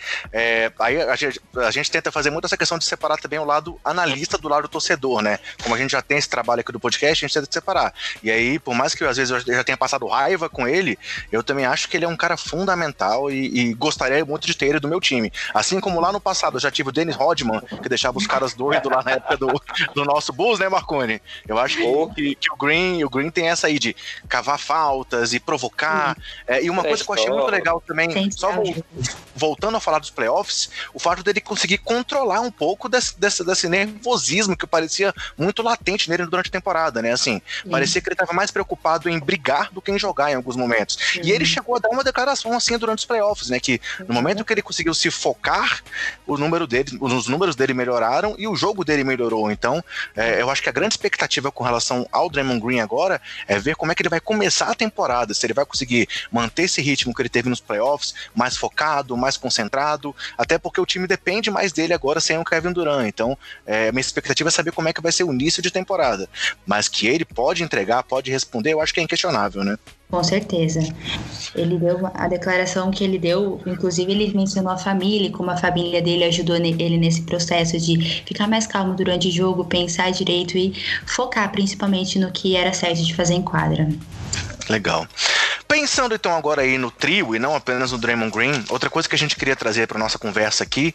aí a gente tenta fazer muito essa questão de separar também o lado analista do lado torcedor, né? Como a gente já tem esse trabalho aqui do podcast, a gente tenta separar. E aí, por mais que às vezes eu já tenha passado raiva com ele, eu também acho que ele é um cara fundamental e gostaria muito de ter ele do meu time. Assim como lá no passado eu já tive o Dennis Rodman, que deixava os caras doidos lá na época do nosso Bulls, né, Marconi? Eu acho que o Green tem essa aí de cavar faltas e provocar. E uma coisa que eu achei muito legal também, só voltando a falar dos playoffs, o fato dele conseguir controlar um pouco desse nervosismo que parecia muito latente nele durante a temporada, né? Assim, parecia que ele estava mais preocupado em brigar do que em jogar em alguns momentos. E ele chegou a dar uma declaração assim durante os playoffs, né? Que no momento que ele conseguiu se focar, os números dele melhoraram e o jogo dele melhorou. Então, eu acho que a grande expectativa com relação ao Draymond Green agora é ver como é que ele vai começar a temporada, se ele vai conseguir manter esse ritmo que ele teve nos playoffs, mais focado, mais concentrado, até porque o time depende mais dele agora sem o Kevin Durant. Então, minha expectativa é saber como é que vai ser o início de temporada. Mas que ele pode entregar, pode responder, eu acho que é inquestionável, né? Com certeza. Ele deu a declaração que ele deu, inclusive ele mencionou a família, como a família dele ajudou ele nesse processo de ficar mais calmo durante o jogo, pensar direito e focar principalmente no que era certo de fazer em quadra. Legal. Pensando então agora aí no trio e não apenas no Draymond Green, outra coisa que a gente queria trazer para nossa conversa aqui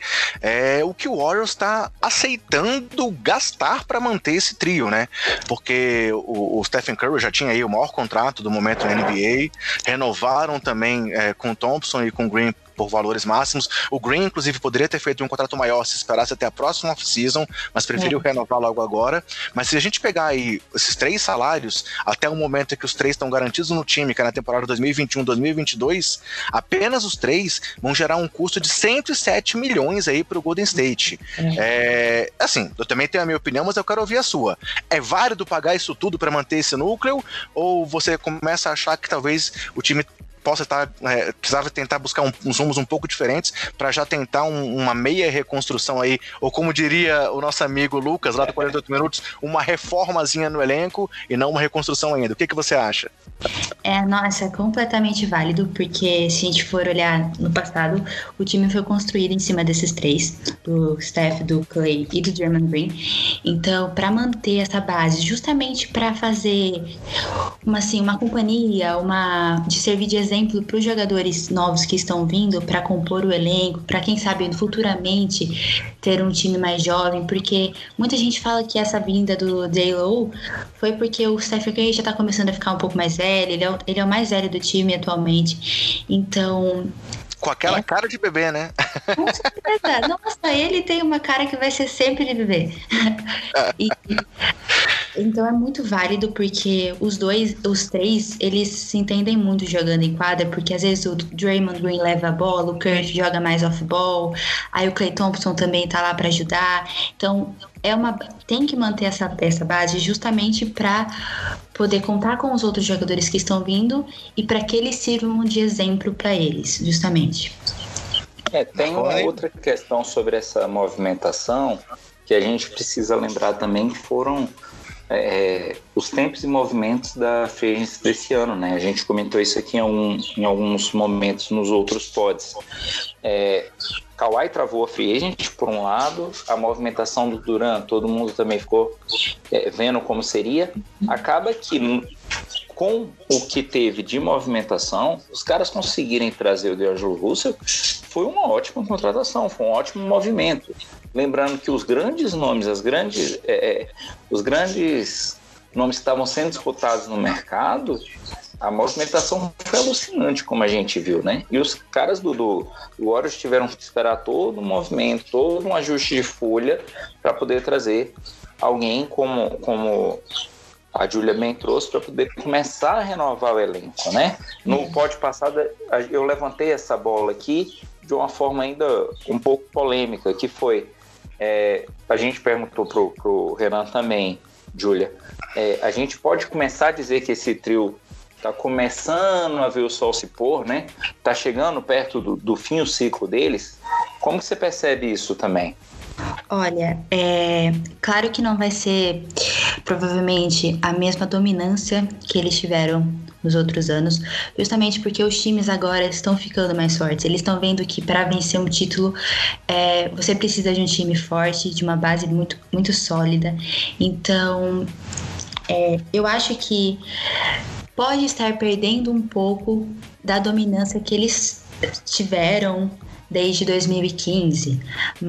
é o que o Warriors está aceitando gastar para manter esse trio, né? Porque o Stephen Curry já tinha aí o maior contrato do momento na NBA, renovaram também com o Thompson e com o Green por valores máximos. O Green, inclusive, poderia ter feito um contrato maior se esperasse até a próxima off-season, mas preferiu renovar logo agora. Mas se a gente pegar aí esses 3 salários, até o momento em que os 3 estão garantidos no time, que é na temporada 2021-2022, apenas os 3 vão gerar um custo de 107 milhões aí para o Golden State. Assim, eu também tenho a minha opinião, mas eu quero ouvir a sua. É válido pagar isso tudo para manter esse núcleo? Ou você começa a achar que talvez o time possa precisava tentar buscar uns rumos um pouco diferentes para já tentar uma meia reconstrução aí, ou como diria o nosso amigo Lucas lá do 48 Minutos, uma reformazinha no elenco e não uma reconstrução ainda. O que você acha? Nossa, é completamente válido, porque se a gente for olhar no passado, o time foi construído em cima desses 3, do Steph, do Clay e do Draymond Green. Então, para manter essa base, justamente para fazer uma companhia, de servir de exemplo para os jogadores novos que estão vindo, para compor o elenco, para quem sabe futuramente ter um time mais jovem, porque muita gente fala que essa vinda do J-Lo foi porque o Stephen Curry já está começando a ficar um pouco mais velho, ele é o mais velho do time atualmente, então... Com aquela cara de bebê, né? Com certeza. Nossa, ele tem uma cara que vai ser sempre de bebê. Então é muito válido, porque os 3, eles se entendem muito jogando em quadra, porque às vezes o Draymond Green leva a bola, o Curry joga mais off-ball, aí o Klay Thompson também tá lá para ajudar. Então tem que manter essa base justamente para poder contar com os outros jogadores que estão vindo e para que eles sirvam de exemplo para eles, justamente. Tem uma outra questão sobre essa movimentação que a gente precisa lembrar também, que foram os tempos e movimentos da free agency desse ano, né? A gente comentou isso aqui em alguns momentos nos outros pods. Kawhi travou a free agent por um lado, a movimentação do Durant, todo mundo também ficou vendo como seria. Acaba que com o que teve de movimentação, os caras conseguirem trazer o D'Angelo Russell, foi uma ótima contratação, foi um ótimo movimento. Lembrando que os grandes nomes, os grandes nomes que estavam sendo disputados no mercado, a movimentação foi alucinante, como a gente viu, né? E os caras do Warriors tiveram que esperar todo um movimento, todo um ajuste de folha para poder trazer alguém como a Júlia bem trouxe, para poder começar a renovar o elenco, né? No pódio passado, eu levantei essa bola aqui de uma forma ainda um pouco polêmica, que foi, a gente perguntou pro Renan também, Júlia, a gente pode começar a dizer que esse trio está começando a ver o sol se pôr, né? Está chegando perto do fim do ciclo deles. Como que você percebe isso também? Olha, claro que não vai ser provavelmente a mesma dominância que eles tiveram nos outros anos, justamente porque os times agora estão ficando mais fortes. Eles estão vendo que para vencer um título você precisa de um time forte, de uma base muito, muito sólida. Então, eu acho que pode estar perdendo um pouco da dominância que eles tiveram desde 2015,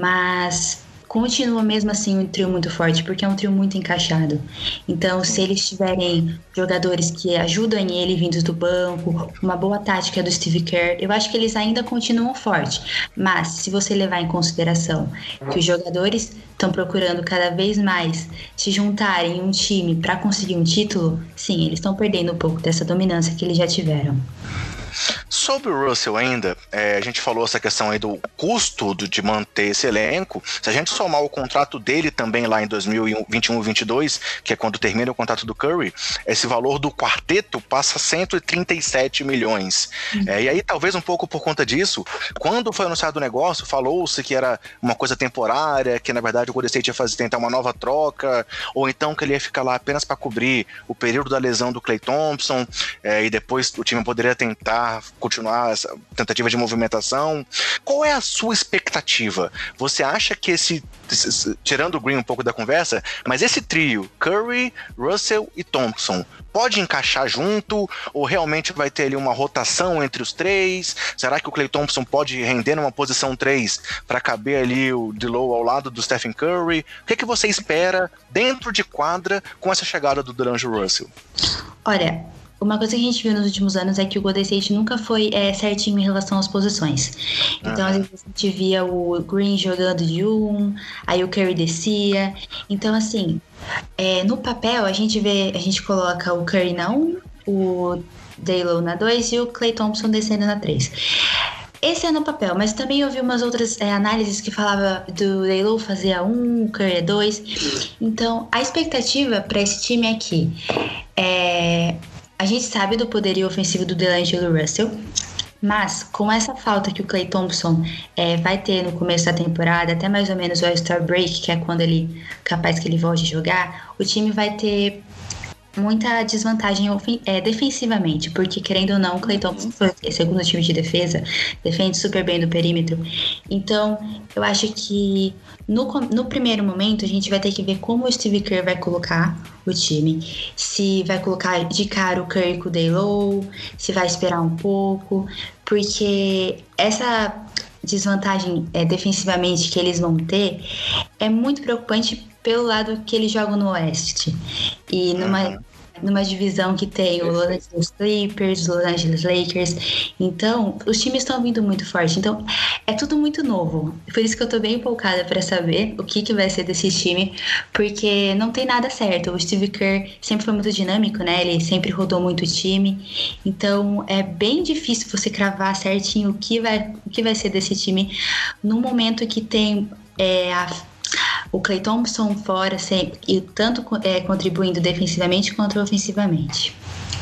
mas continua mesmo assim um trio muito forte, porque é um trio muito encaixado. Então, se eles tiverem jogadores que ajudam ele vindos do banco, uma boa tática do Steve Kerr, eu acho que eles ainda continuam fortes. Mas, se você levar em consideração que os jogadores estão procurando cada vez mais se juntarem em um time para conseguir um título, sim, eles estão perdendo um pouco dessa dominância que eles já tiveram. Sobre o Russell ainda, a gente falou essa questão aí do custo de manter esse elenco. Se a gente somar o contrato dele também lá em 2021-22, que é quando termina o contrato do Curry, esse valor do quarteto passa a 137 milhões. E aí, talvez um pouco por conta disso, quando foi anunciado o negócio, falou-se que era uma coisa temporária, que na verdade o Golden State ia tentar uma nova troca, ou então que ele ia ficar lá apenas para cobrir o período da lesão do Klay Thompson, e depois o time poderia tentar continuar essa tentativa de movimentação. Qual é a sua expectativa? Você acha que tirando o Green um pouco da conversa, mas esse trio, Curry, Russell e Thompson, pode encaixar junto? Ou realmente vai ter ali uma rotação entre os três? Será que o Klay Thompson pode render numa posição 3 para caber ali o D'Lo ao lado do Stephen Curry? O que você espera dentro de quadra com essa chegada do D'Angelo Russell? Olha, uma coisa que a gente viu nos últimos anos é que o Golden State nunca foi certinho em relação às posições. Então, às vezes a gente via o Green jogando de aí o Curry descia. Então, assim, no papel a gente coloca o Curry na 1, o D'Lo na 2 e o Klay Thompson descendo na 3. Esse é no papel, mas também eu vi umas outras análises que falavam do D'Lo fazer a 1, o Curry a 2. Então, a expectativa para esse time é que a gente sabe do poderio ofensivo do D'Angelo Russell, mas com essa falta que o Klay Thompson vai ter no começo da temporada, até mais ou menos o All-Star Break, que é quando capaz que ele volte a jogar, o time vai ter muita desvantagem defensivamente, porque querendo ou não, o Klay Thompson foi segundo time de defesa, defende super bem do perímetro. Então, eu acho que no primeiro momento a gente vai ter que ver como o Steve Kerr vai colocar o time, se vai colocar de cara o Curry com o D'Lo, se vai esperar um pouco, porque essa desvantagem defensivamente que eles vão ter é muito preocupante pelo lado que eles jogam no Oeste. E numa divisão que tem o Los Angeles Clippers, Los Angeles Lakers. Então, os times estão vindo muito forte. Então, é tudo muito novo. Por isso que eu tô bem empolgada para saber o que vai ser desse time, porque não tem nada certo. O Steve Kerr sempre foi muito dinâmico, né? Ele sempre rodou muito o time. Então, é bem difícil você cravar certinho o que vai ser desse time no momento que tem o Klay Thompson fora sempre, e tanto contribuindo defensivamente quanto ofensivamente.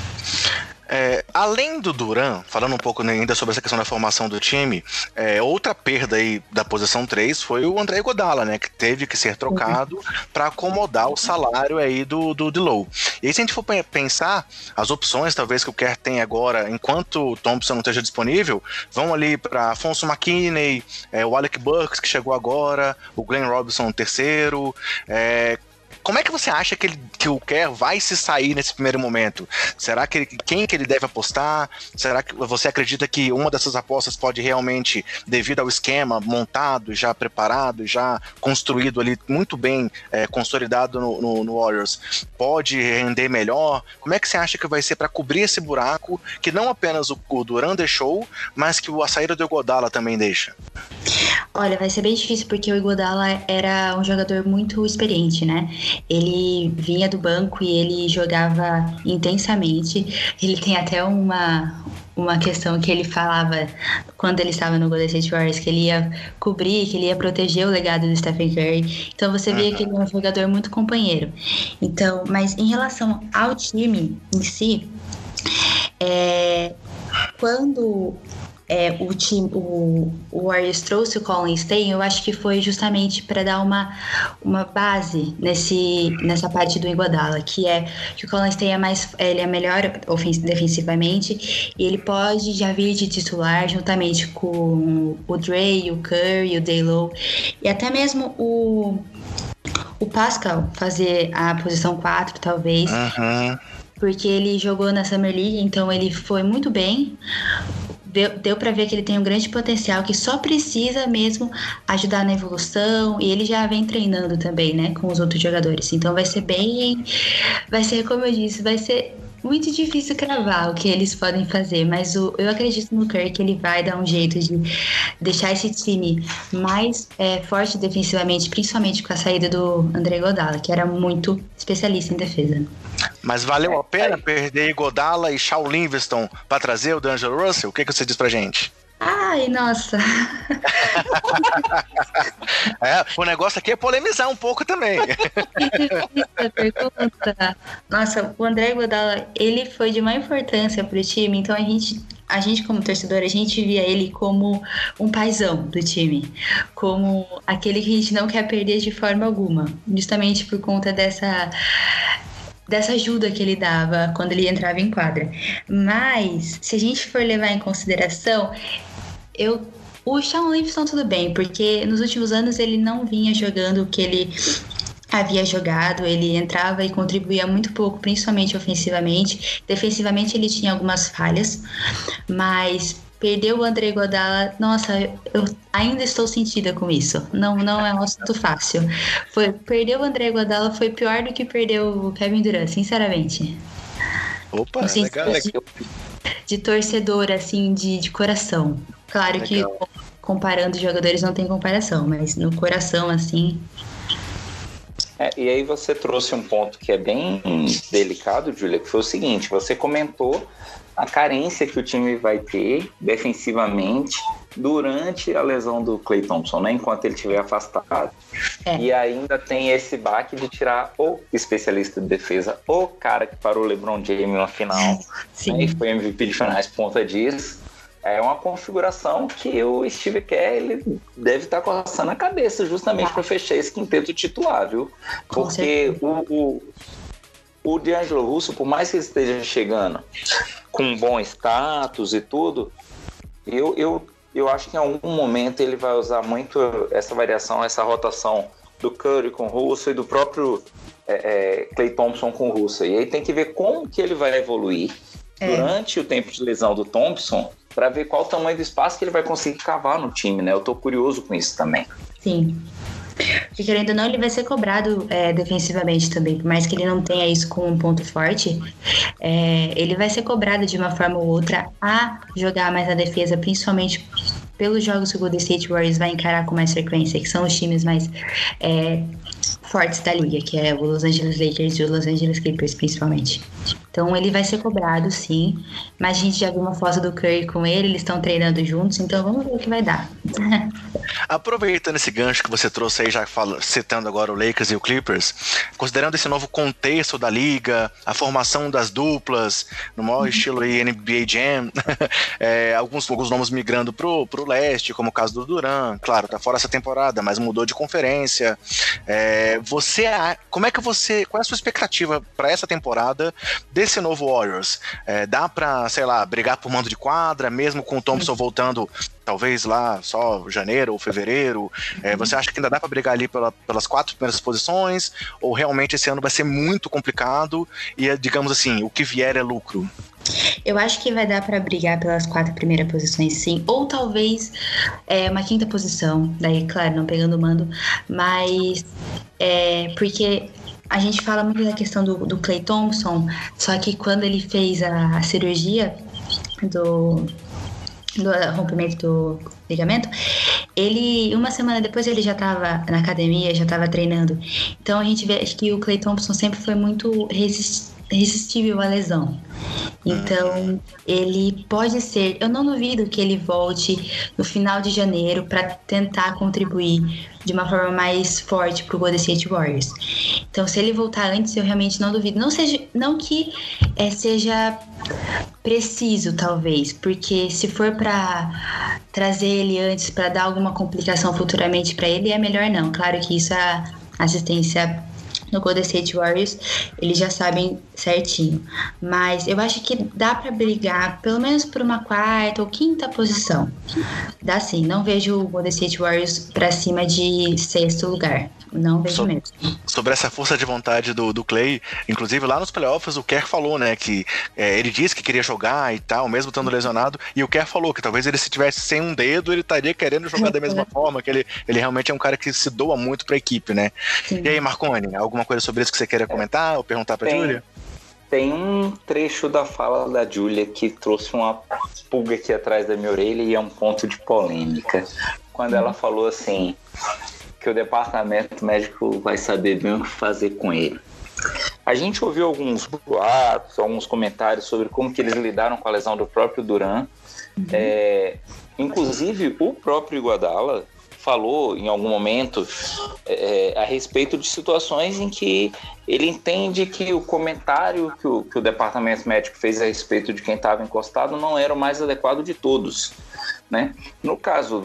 Além do Durant, falando um pouco ainda sobre essa questão da formação do time, outra perda aí da posição 3 foi o André Iguodala, né, que teve que ser trocado para acomodar o salário aí do D'Lo. E aí, se a gente for pensar, as opções talvez que o Kerr tem agora, enquanto o Thompson não esteja disponível, vão ali para Afonso McKinney, o Alec Burks, que chegou agora, o Glenn Robinson terceiro. Como é que você acha que o Kerr vai se sair nesse primeiro momento? Será que quem que ele deve apostar? Será que você acredita que uma dessas apostas pode realmente, devido ao esquema montado, já preparado, já construído ali, muito bem consolidado no Warriors, pode render melhor? Como é que você acha que vai ser para cobrir esse buraco que não apenas o Durant deixou, mas que a saída do Iguodala também deixa? Olha, vai ser bem difícil porque o Iguodala era um jogador muito experiente, né? Ele vinha do banco e ele jogava intensamente. Ele tem até uma questão que ele falava quando ele estava no Golden State Warriors, que ele ia cobrir, que ele ia proteger o legado do Stephen Curry. Então você via que ele é um jogador muito companheiro. Então, mas em relação ao time em si, quando o Warriors trouxe o Colin Steen, eu acho que foi justamente para dar uma base nessa parte do Iguodala, que o Colin Steen ele é melhor defensivamente e ele pode já vir de titular juntamente com o Dre, o Curry, o D'Lo e até mesmo o Pascal fazer a posição 4, talvez. Porque ele jogou na Summer League, então ele foi muito bem. Deu para ver que ele tem um grande potencial, que só precisa mesmo ajudar na evolução, e ele já vem treinando também, né, com os outros jogadores. Então vai ser, como eu disse, vai ser muito difícil cravar o que eles podem fazer, mas eu acredito no Curry que ele vai dar um jeito de deixar esse time mais forte defensivamente, principalmente com a saída do André Iguodala, que era muito especialista em defesa. Mas valeu a pena perder Iguodala e Shaun Livingston para trazer o D'Angelo Russell? O que você diz pra gente? Ai, nossa. O negócio aqui é polemizar um pouco também. Essa pergunta. Nossa, o André Iguodala, ele foi de uma importância pro time, então a gente como torcedor, a gente via ele como um paizão do time, como aquele que a gente não quer perder de forma alguma, justamente por conta dessa ajuda que ele dava quando ele entrava em quadra. Mas, se a gente for levar em consideração, o Shaun Livingston tudo bem, porque nos últimos anos ele não vinha jogando o que ele havia jogado, ele entrava e contribuía muito pouco, principalmente ofensivamente. Defensivamente ele tinha algumas falhas, mas perdeu o André Iguodala, nossa, eu ainda estou sentida com isso. Não é um assunto fácil. Perder o André Iguodala foi pior do que perder o Kevin Durant, sinceramente. Opa, legal. De torcedor, assim, de coração. Claro que comparando jogadores não tem comparação, mas no coração, assim... E aí você trouxe um ponto que é bem delicado, Júlia, que foi o seguinte, você comentou a carência que o time vai ter defensivamente durante a lesão do Klay Thompson, né? Enquanto ele estiver afastado. E ainda tem esse baque de tirar o especialista de defesa, o cara que parou o LeBron James na final, né? E foi MVP de finais por conta disso. É uma configuração que o Steve Kerr ele deve estar coçando a cabeça justamente para fechar esse quinteto titular, viu? Porque o D'Angelo Russell, por mais que ele esteja chegando com um bom status e tudo, eu acho que em algum momento ele vai usar muito essa variação, essa rotação do Curry com o Russell e do próprio Klay Thompson com o Russell. E aí tem que ver como que ele vai evoluir durante o tempo de lesão do Thompson, para ver qual o tamanho do espaço que ele vai conseguir cavar no time, né? Eu tô curioso com isso também. Sim. Porque querendo ou não, ele vai ser cobrado defensivamente também. Por mais que ele não tenha isso como um ponto forte, ele vai ser cobrado de uma forma ou outra a jogar mais na defesa, principalmente pelos jogos que o Golden State Warriors vai encarar com mais frequência, que são os times mais fortes da liga, que é o Los Angeles Lakers e o Los Angeles Clippers, principalmente. Então ele vai ser cobrado, sim, mas a gente já viu uma foto do Curry com ele, eles estão treinando juntos, então vamos ver o que vai dar. Aproveitando esse gancho que você trouxe aí, já citando agora o Lakers e o Clippers, considerando esse novo contexto da liga, a formação das duplas, no maior estilo aí NBA Jam, alguns nomes migrando pro leste, como o caso do Durant, claro, tá fora essa temporada, mas mudou de conferência. Qual é a sua expectativa para essa temporada, desse novo Warriors, dá pra, sei lá, brigar por mando de quadra, mesmo com o Thompson voltando, talvez lá só janeiro ou fevereiro? Você acha que ainda dá pra brigar ali pelas 4 primeiras posições? Ou realmente esse ano vai ser muito complicado e, digamos assim, o que vier é lucro? Eu acho que vai dar para brigar pelas 4 primeiras posições, sim. Ou talvez uma 5ª posição. Daí, claro, não pegando o mando. Mas porque a gente fala muito da questão do Klay Thompson. Só que quando ele fez a cirurgia do rompimento do ligamento, ele, uma semana depois, ele já estava na academia, já estava treinando. Então a gente vê que o Klay Thompson sempre foi muito resistível à lesão. Então, ele pode ser... Eu não duvido que ele volte no final de janeiro para tentar contribuir de uma forma mais forte para o Golden State Warriors. Então, se ele voltar antes, eu realmente não duvido. Não que seja preciso, talvez, porque se for para trazer ele antes para dar alguma complicação futuramente para ele, é melhor não. Claro que isso é assistência no Golden State Warriors, eles já sabem certinho. Mas eu acho que dá pra brigar pelo menos por uma 4ª ou 5ª posição. Dá sim, não vejo o Golden State Warriors pra cima de 6º lugar. Não vejo mesmo. Sobre essa força de vontade do Klay, inclusive lá nos playoffs o Kerr falou, né, que ele disse que queria jogar e tal, mesmo estando lesionado, e o Kerr falou que talvez ele, se tivesse sem um dedo, ele estaria querendo jogar da mesma forma, que ele realmente é um cara que se doa muito pra equipe, né? Sim. E aí, Marconi, alguma coisa sobre isso que você queira comentar ou perguntar pra Júlia? Tem um trecho da fala da Júlia que trouxe uma pulga aqui atrás da minha orelha e é um ponto de polêmica. Quando ela falou assim, que o departamento médico vai saber bem o que fazer com ele. A gente ouviu alguns boatos, alguns comentários sobre como que eles lidaram com a lesão do próprio Durant. Inclusive, o próprio Iguodala falou em algum momento a respeito de situações em que ele entende que o comentário que o departamento médico fez a respeito de quem estava encostado não era o mais adequado de todos, né? No caso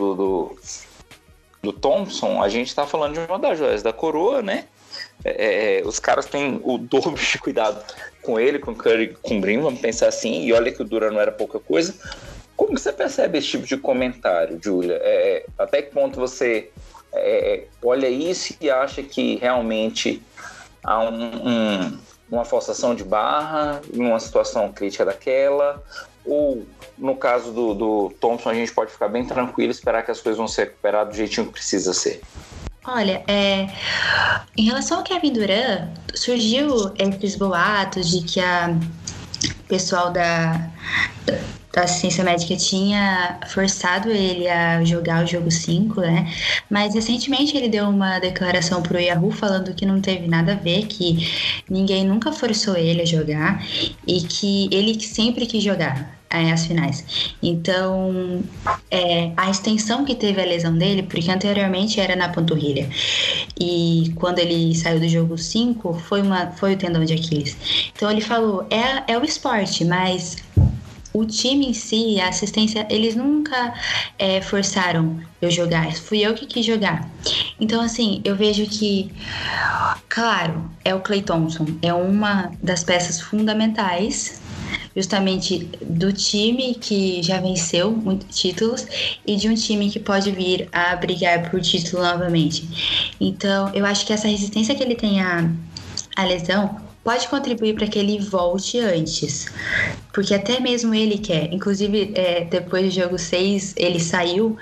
do Thompson, a gente está falando de uma das joias da coroa, né? Os caras têm o dobro de cuidado com ele, com o Curry, com o Green, vamos pensar assim, e olha que o Durant não era pouca coisa. Como você percebe esse tipo de comentário, Júlia? Até que ponto você olha isso e acha que realmente há uma forçação de barra em uma situação crítica daquela? Ou, no caso do Thompson, a gente pode ficar bem tranquilo e esperar que as coisas vão se recuperar do jeitinho que precisa ser? Olha, em relação ao Kevin Durant, surgiu esses boatos de que o pessoal da assistência médica tinha forçado ele a jogar o jogo 5, né? Mas recentemente ele deu uma declaração pro Yahoo falando que não teve nada a ver, que ninguém nunca forçou ele a jogar e que ele sempre quis jogar as finais. Então, a extensão que teve a lesão dele, porque anteriormente era na panturrilha, e quando ele saiu do jogo 5, foi o tendão de Aquiles. Então ele falou, é o esporte, mas o time em si, a assistência, eles nunca forçaram eu jogar, fui eu que quis jogar. Então, assim, eu vejo que, claro, o Klay Thompson é uma das peças fundamentais, justamente do time que já venceu muitos títulos e de um time que pode vir a brigar por título novamente. Então, eu acho que essa resistência que ele tem à lesão pode contribuir para que ele volte antes, porque até mesmo ele quer. Inclusive, depois do jogo 6, ele saiu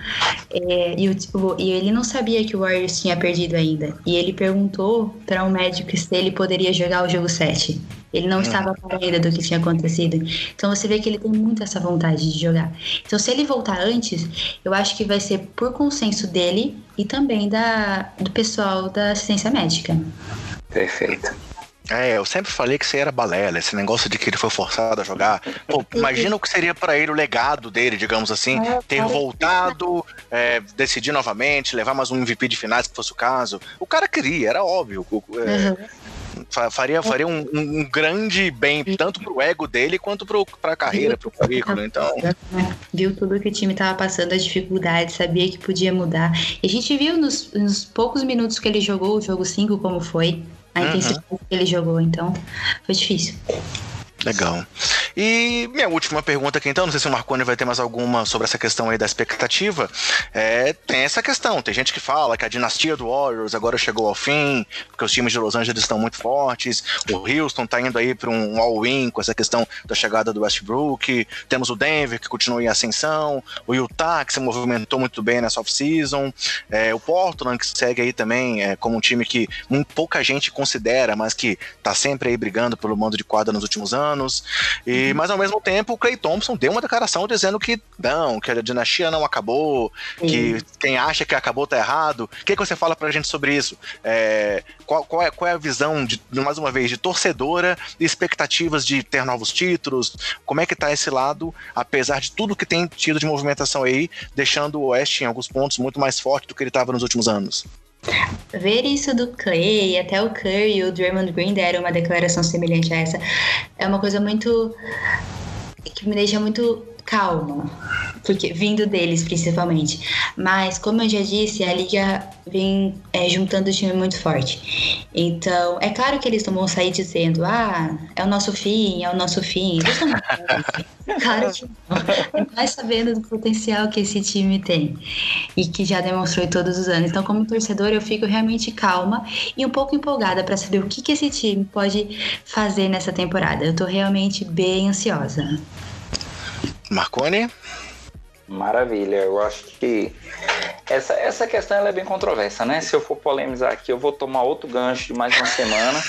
e ele não sabia que o Warriors tinha perdido ainda. E ele perguntou para um médico se ele poderia jogar o jogo 7. Ele não estava com medo do que tinha acontecido. Então você vê que ele tem muito essa vontade de jogar. Então se ele voltar antes, eu acho que vai ser por consenso dele e também do pessoal da assistência médica. Perfeito. Eu sempre falei que isso aí era balela, esse negócio de que ele foi forçado a jogar. Pô, imagina o que seria pra ele o legado dele, digamos assim, ter voltado, decidir novamente, levar mais um MVP de finais, que fosse o caso. O cara queria, era óbvio. Faria um grande bem, tanto pro ego dele quanto pra carreira, pro currículo. Então, viu tudo que o time tava passando, as dificuldades, sabia que podia mudar. E a gente viu nos poucos minutos que ele jogou o jogo 5 como foi. A intensidade que ele jogou, então foi difícil. Legal. E minha última pergunta aqui, então, não sei se o Marconi vai ter mais alguma sobre essa questão aí da expectativa. Tem essa questão, tem gente que fala que a dinastia do Warriors agora chegou ao fim, porque os times de Los Angeles estão muito fortes, o Houston tá indo aí para um all-in com essa questão da chegada do Westbrook, temos o Denver que continua em ascensão, o Utah que se movimentou muito bem nessa off-season, o Portland que segue aí também como um time que muito pouca gente considera, mas que tá sempre aí brigando pelo mando de quadra nos últimos anos. Mas ao mesmo tempo o Klay Thompson deu uma declaração dizendo que a dinastia não acabou, que quem acha que acabou tá errado. O que você fala pra gente sobre isso? Qual é a visão, mais uma vez, de torcedora e expectativas de ter novos títulos? Como é que tá esse lado, apesar de tudo que tem tido de movimentação aí, deixando o Oeste em alguns pontos muito mais forte do que ele estava nos últimos anos? Ver isso do Klay, até o Curry e o Draymond Green deram uma declaração semelhante a essa, é uma coisa que me deixa muito calma, porque vindo deles principalmente. Mas como eu já disse, a liga vem juntando o time muito forte. Então, é claro que eles não vão sair dizendo é o nosso fim. Eles não vão fazer. Claro que não. Mas sabendo do potencial que esse time tem e que já demonstrou em todos os anos. Então, como torcedor, eu fico realmente calma e um pouco empolgada para saber o que esse time pode fazer nessa temporada. Eu tô realmente bem ansiosa. Marconi? Maravilha, eu acho que essa questão ela é bem controversa, né? Se eu for polemizar aqui, eu vou tomar outro gancho de mais uma semana.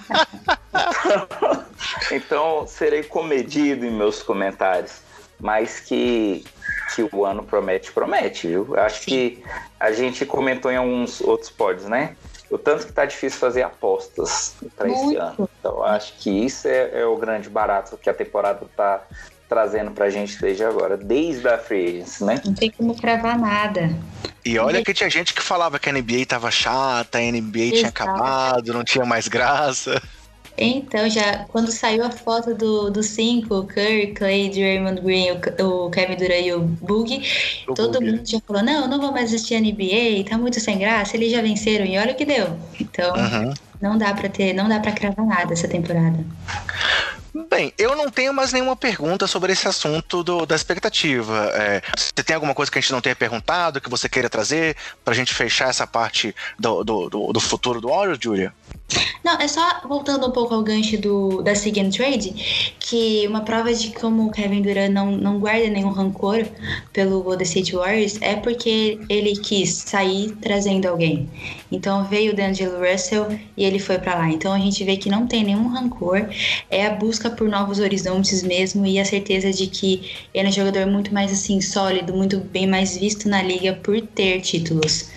Então, serei comedido em meus comentários. Mas que o ano promete, viu? Eu acho que a gente comentou em alguns outros pods, né? O tanto que tá difícil fazer apostas para esse ano. Então, eu acho que isso é o grande barato que a temporada tá trazendo pra gente desde agora, desde a Free Agency, né? Não tem como cravar nada. E olha que tinha gente que falava que a NBA tava chata, a NBA tinha acabado, não tinha mais graça. Então, já quando saiu a foto dos 5, o Curry, Klay, Draymond Green, o Kevin Durant e o Boogie, todo mundo já falou, não vou mais assistir a NBA, tá muito sem graça, eles já venceram e olha o que deu. Então, não dá pra cravar nada essa temporada. Bem, eu não tenho mais nenhuma pergunta sobre esse assunto da expectativa. Você tem alguma coisa que a gente não tenha perguntado, que você queira trazer pra gente fechar essa parte do futuro do Warriors, Julia? Não, é só voltando um pouco ao gancho da Sig and Trade, que uma prova de como o Kevin Durant não guarda nenhum rancor pelo Golden State Warriors é porque ele quis sair trazendo alguém. Então veio o D'Angelo Russell e ele foi pra lá. Então a gente vê que não tem nenhum rancor, é a busca por novos horizontes mesmo e a certeza de que ele é um jogador muito mais assim sólido, muito bem mais visto na liga por ter títulos.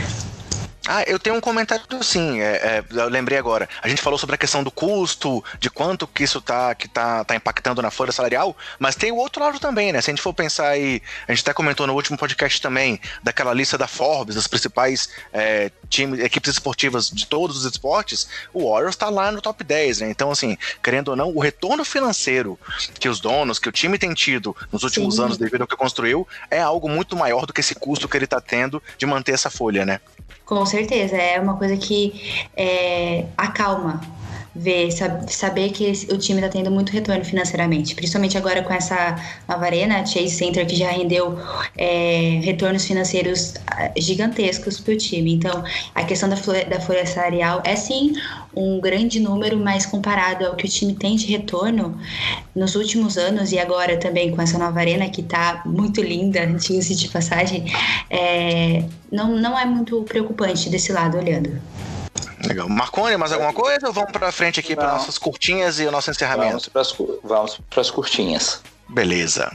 Eu tenho um comentário sim, eu lembrei agora. A gente falou sobre a questão do custo, de quanto que isso tá impactando na folha salarial, mas tem o outro lado também, né? Se a gente for pensar aí, a gente até comentou no último podcast também, daquela lista da Forbes, das principais equipes esportivas de todos os esportes, o Warriors tá lá no top 10, né? Então, assim, querendo ou não, o retorno financeiro que os donos, que o time tem tido nos últimos anos devido ao que construiu, é algo muito maior do que esse custo que ele tá tendo de manter essa folha, né? Com certeza, é uma coisa que acalma ver, saber que o time está tendo muito retorno financeiramente, principalmente agora com essa nova arena, Chase Center, que já rendeu retornos financeiros gigantescos para o time. Então, a questão da folha salarial é sim um grande número, mas comparado ao que o time tem de retorno nos últimos anos e agora também com essa nova arena que está muito linda, diga-se de passagem, não é muito preocupante desse lado olhando. Legal. Marconi, mais alguma coisa ou vamos pra frente aqui para nossas curtinhas e o nosso encerramento? Vamos pras curtinhas. Beleza.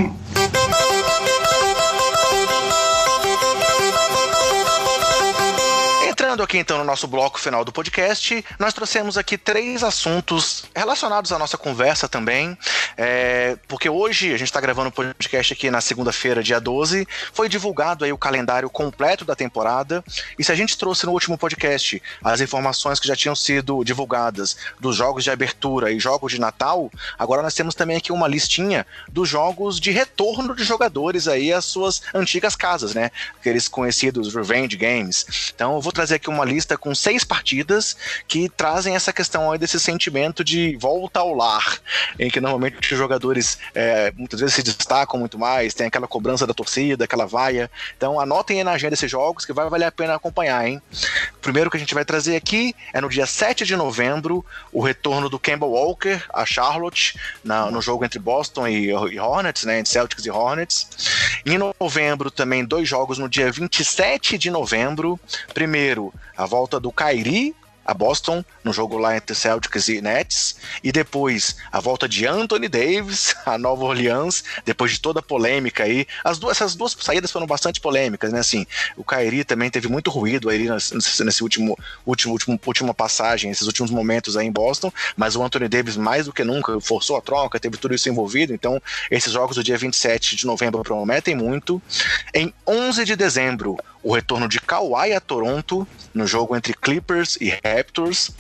Entrando aqui então no nosso bloco final do podcast, nós trouxemos aqui 3 assuntos relacionados à nossa conversa também. porque hoje a gente está gravando um podcast aqui na segunda-feira, dia 12, foi divulgado aí o calendário completo da temporada, e se a gente trouxe no último podcast as informações que já tinham sido divulgadas dos jogos de abertura e jogos de Natal, agora nós temos também aqui uma listinha dos jogos de retorno de jogadores aí às suas antigas casas, né? Aqueles conhecidos Revenge Games. Então eu vou trazer aqui uma lista com 6 partidas que trazem essa questão aí desse sentimento de volta ao lar, em que normalmente os jogadores muitas vezes se destacam muito mais, tem aquela cobrança da torcida, aquela vaia. Então anotem aí na agenda esses jogos que vai valer a pena acompanhar, hein? O primeiro que a gente vai trazer aqui é no dia 7 de novembro, o retorno do Kemba Walker a Charlotte, no jogo entre Boston e Hornets, né? Entre Celtics e Hornets. Em novembro também 2 jogos no dia 27 de novembro. Primeiro, a volta do Kyrie a Boston, no jogo lá entre Celtics e Nets, e depois a volta de Anthony Davis a Nova Orleans, depois de toda a polêmica aí. Essas duas saídas foram bastante polêmicas, né? Assim, o Kyrie também teve muito ruído aí nesse última passagem, esses últimos momentos aí em Boston, mas o Anthony Davis mais do que nunca forçou a troca, teve tudo isso envolvido. Então esses jogos do dia 27 de novembro prometem muito. Em 11 de dezembro, o retorno de Kawhi a Toronto, no jogo entre Clippers e Raptors.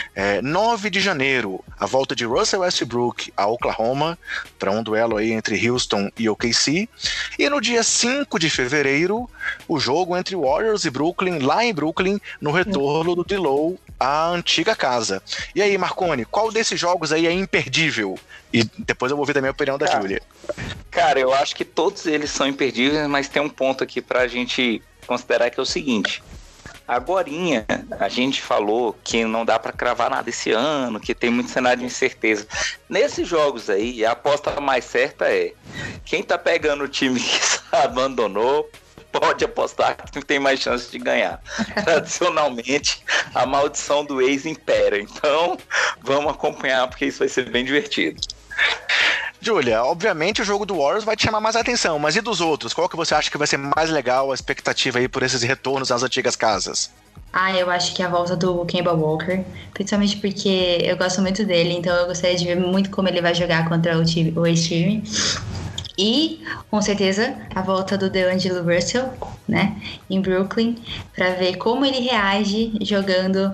9 de janeiro, a volta de Russell Westbrook a Oklahoma, para um duelo aí entre Houston e OKC. E no dia 5 de fevereiro, o jogo entre Warriors e Brooklyn, lá em Brooklyn, no retorno do D-Lo à antiga casa. E aí, Marconi, qual desses jogos aí é imperdível? E depois eu vou ouvir também a opinião da Júlia. Cara, eu acho que todos eles são imperdíveis, mas tem um ponto aqui pra gente considerar, que é o seguinte: agorinha a gente falou que não dá para cravar nada esse ano, que tem muito cenário de incerteza. Nesses jogos aí, a aposta mais certa é quem tá pegando o time que abandonou, pode apostar que tem mais chance de ganhar. Tradicionalmente, a maldição do ex impera. Então, vamos acompanhar, porque isso vai ser bem divertido. Júlia, obviamente o jogo do Warriors vai te chamar mais a atenção, mas e dos outros? Qual que você acha que vai ser mais legal, a expectativa aí por esses retornos às antigas casas? Eu acho que a volta do Kemba Walker, principalmente porque eu gosto muito dele, então eu gostaria de ver muito como ele vai jogar contra o ex-time. E, com certeza, a volta do D'Angelo Russell, né, em Brooklyn, para ver como ele reage jogando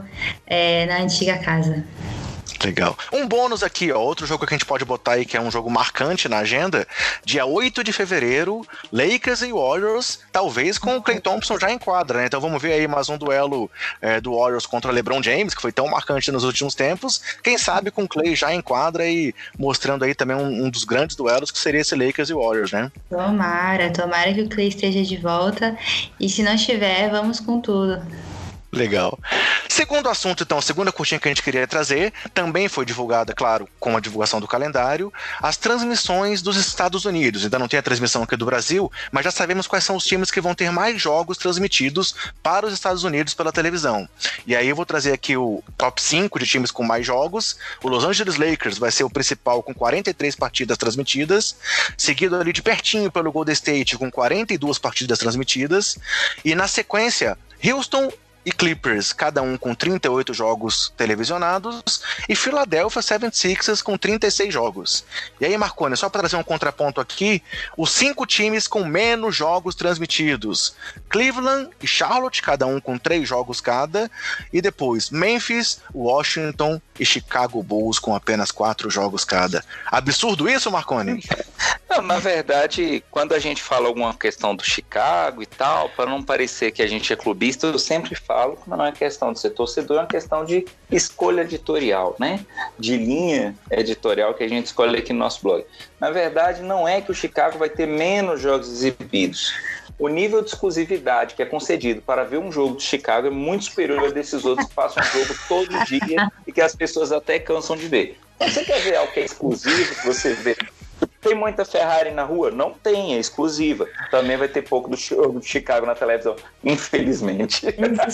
na antiga casa. Legal. Um bônus aqui, ó, outro jogo que a gente pode botar aí, que é um jogo marcante na agenda, dia 8 de fevereiro, Lakers e Warriors, talvez com o Klay Thompson já em quadra, né? Então vamos ver aí mais um duelo do Warriors contra LeBron James, que foi tão marcante nos últimos tempos, quem sabe com o Klay já em quadra e mostrando aí também um dos grandes duelos que seria esse Lakers e Warriors, né? Tomara que o Klay esteja de volta, e se não estiver, vamos com tudo. Legal. Segundo assunto, então, a segunda curtinha que a gente queria trazer, também foi divulgada, claro, com a divulgação do calendário, as transmissões dos Estados Unidos. Ainda não tem a transmissão aqui do Brasil, mas já sabemos quais são os times que vão ter mais jogos transmitidos para os Estados Unidos pela televisão. E aí eu vou trazer aqui o top 5 de times com mais jogos. O Los Angeles Lakers vai ser o principal com 43 partidas transmitidas, seguido ali de pertinho pelo Golden State com 42 partidas transmitidas, e na sequência, Houston e Clippers, cada um com 38 jogos televisionados, e Philadelphia 76ers com 36 jogos. E aí, Marconi, só para trazer um contraponto aqui, os 5 times com menos jogos transmitidos: Cleveland e Charlotte, cada um com 3 jogos cada, e depois Memphis, Washington e Chicago Bulls com apenas 4 jogos cada. Absurdo isso, Marconi? Não, na verdade, quando a gente fala alguma questão do Chicago e tal, para não parecer que a gente é clubista, eu sempre falo que não é questão de ser torcedor, é uma questão de escolha editorial, né? De linha editorial que a gente escolhe aqui no nosso blog. Na verdade, não é que o Chicago vai ter menos jogos exibidos. O nível de exclusividade que é concedido para ver um jogo de Chicago é muito superior a desses outros que passam um jogo todo dia e que as pessoas até cansam de ver. Então, você quer ver algo que é exclusivo, que você vê? Tem muita Ferrari na rua? Não tem, é exclusiva. Também vai ter pouco do jogo de Chicago na televisão, infelizmente.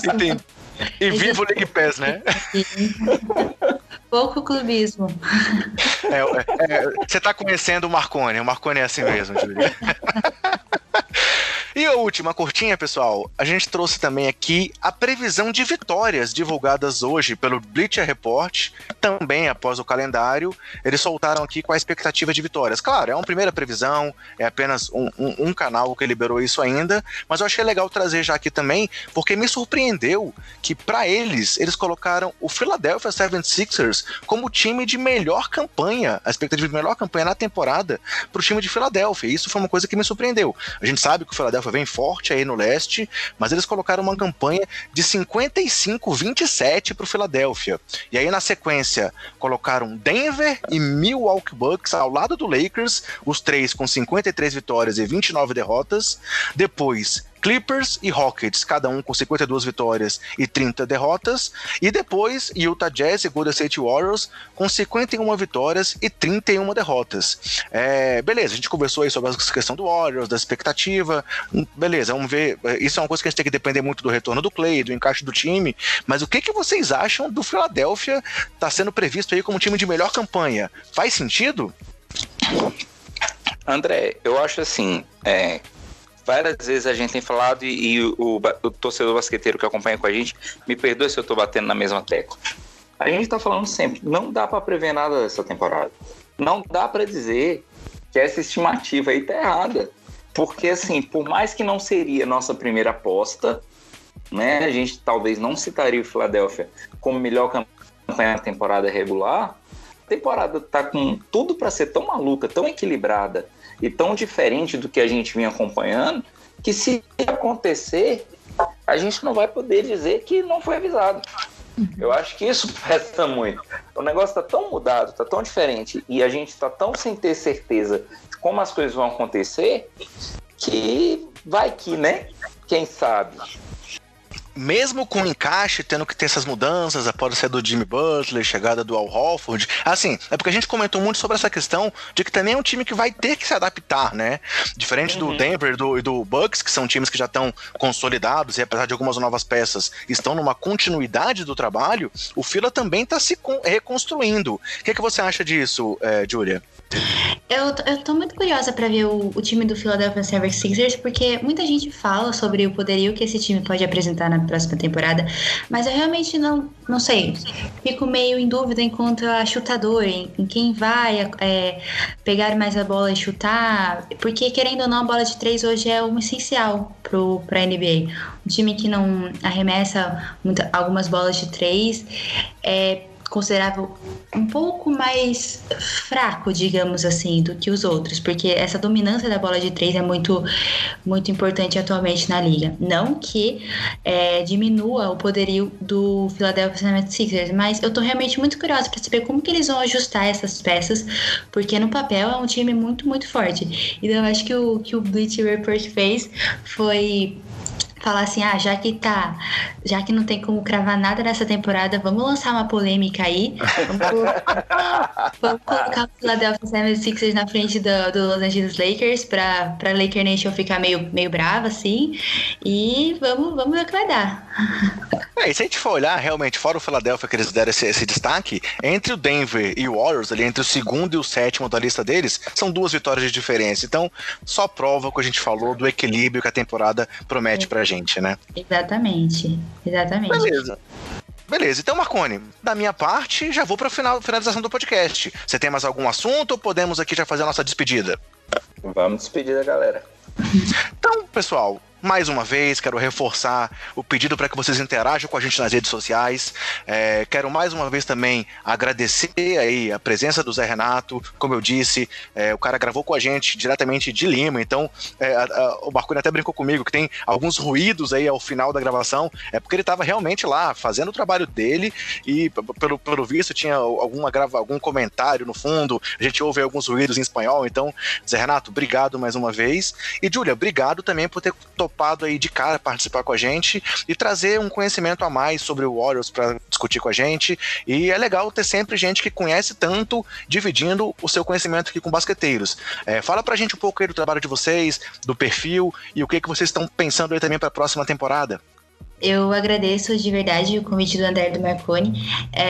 E viva o League Pass, né? Pouco clubismo. Você tá conhecendo o Marconi é assim mesmo, Júlia. E a última curtinha, pessoal, a gente trouxe também aqui a previsão de vitórias divulgadas hoje pelo Bleacher Report, também após o calendário. Eles soltaram aqui com a expectativa de vitórias. Claro, é uma primeira previsão, é apenas um canal que liberou isso ainda, mas eu achei legal trazer já aqui também, porque me surpreendeu que para eles colocaram o Philadelphia 76ers como o time de melhor campanha, a expectativa de melhor campanha na temporada para o time de Filadélfia. Isso foi uma coisa que me surpreendeu. A gente sabe que o Philadelphia vem forte aí no leste, mas eles colocaram uma campanha de 55-27 para o Philadelphia. E aí na sequência colocaram Denver e Milwaukee Bucks ao lado do Lakers, os três com 53 vitórias e 29 derrotas. Depois Clippers e Rockets, cada um com 52 vitórias e 30 derrotas. E depois Utah Jazz e Golden State Warriors com 51 vitórias e 31 derrotas. Beleza, a gente conversou aí sobre a questão do Warriors, da expectativa. Beleza, vamos ver. Isso é uma coisa que a gente tem que depender muito do retorno do Klay, do encaixe do time. Mas o que vocês acham do Philadelphia tá sendo previsto aí como time de melhor campanha? Faz sentido? André, eu acho assim, várias vezes a gente tem falado e o torcedor basqueteiro que acompanha com a gente, me perdoe se eu tô batendo na mesma tecla. A gente tá falando sempre, não dá para prever nada dessa temporada. Não dá para dizer que essa estimativa aí tá errada. Porque assim, por mais que não seria nossa primeira aposta, né, a gente talvez não citaria o Philadelphia como melhor campanha na temporada regular. A temporada tá com tudo para ser tão maluca, tão equilibrada e tão diferente do que a gente vinha acompanhando, que se acontecer, a gente não vai poder dizer que não foi avisado. Eu acho que isso pesa muito. O negócio tá tão mudado, tá tão diferente, e a gente tá tão sem ter certeza de como as coisas vão acontecer, que vai que, né? Quem sabe? Mesmo com o encaixe, tendo que ter essas mudanças, após ser do Jimmy Butler, chegada do Al Horford, assim, é porque a gente comentou muito sobre essa questão de que também é um time que vai ter que se adaptar, né? Diferente do Denver e do Bucks, que são times que já estão consolidados e apesar de algumas novas peças, estão numa continuidade do trabalho, o Phila também está se reconstruindo. O que você acha disso, Júlia? Eu tô muito curiosa para ver o time do Philadelphia 76ers, porque muita gente fala sobre o poderio que esse time pode apresentar na próxima temporada, mas eu realmente não sei. Fico meio em dúvida enquanto a chutador, em quem vai pegar mais a bola e chutar, porque querendo ou não, a bola de 3 hoje é um essencial pra NBA. Um time que não arremessa algumas bolas de 3 é considerável um pouco mais fraco, digamos assim, do que os outros, porque essa dominância da bola de 3 é muito, muito importante atualmente na liga. Não que diminua o poderio do Philadelphia 76ers, mas eu tô realmente muito curiosa para saber como que eles vão ajustar essas peças, porque no papel é um time muito, muito forte. Então eu acho que o que o Bleacher Report fez foi falar assim, já que não tem como cravar nada nessa temporada, vamos lançar uma polêmica aí, vamos colocar o Philadelphia 76ers na frente do Los Angeles Lakers pra Laker Nation ficar meio brava, assim, e vamos ver o que vai dar. E se a gente for olhar, realmente, fora o Philadelphia que eles deram esse destaque, entre o Denver e o Warriors, ali entre o segundo e o sétimo da lista deles, são 2 vitórias de diferença. Então, só prova o que a gente falou do equilíbrio que a temporada promete pra gente, né? Exatamente. Beleza, então Marconi, da minha parte, já vou para a finalização do podcast. Você tem mais algum assunto ou podemos aqui já fazer a nossa despedida? Vamos despedir da galera. Então, pessoal, mais uma vez, quero reforçar o pedido para que vocês interajam com a gente nas redes sociais. Quero mais uma vez também agradecer aí a presença do Zé Renato. Como eu disse, o cara gravou com a gente diretamente de Lima, então o Marconi até brincou comigo que tem alguns ruídos aí ao final da gravação, porque ele estava realmente lá fazendo o trabalho dele e pelo visto tinha algum comentário no fundo, a gente ouve alguns ruídos em espanhol. Então, Zé Renato, obrigado mais uma vez. E Júlia, obrigado também por ter topado aí de cara participar com a gente e trazer um conhecimento a mais sobre o Warriors para discutir com a gente. E é legal ter sempre gente que conhece tanto dividindo o seu conhecimento aqui com basqueteiros. Fala pra gente um pouco aí do trabalho de vocês, do perfil e o que vocês estão pensando aí também para a próxima temporada. Eu agradeço de verdade o convite do André e do Marconi.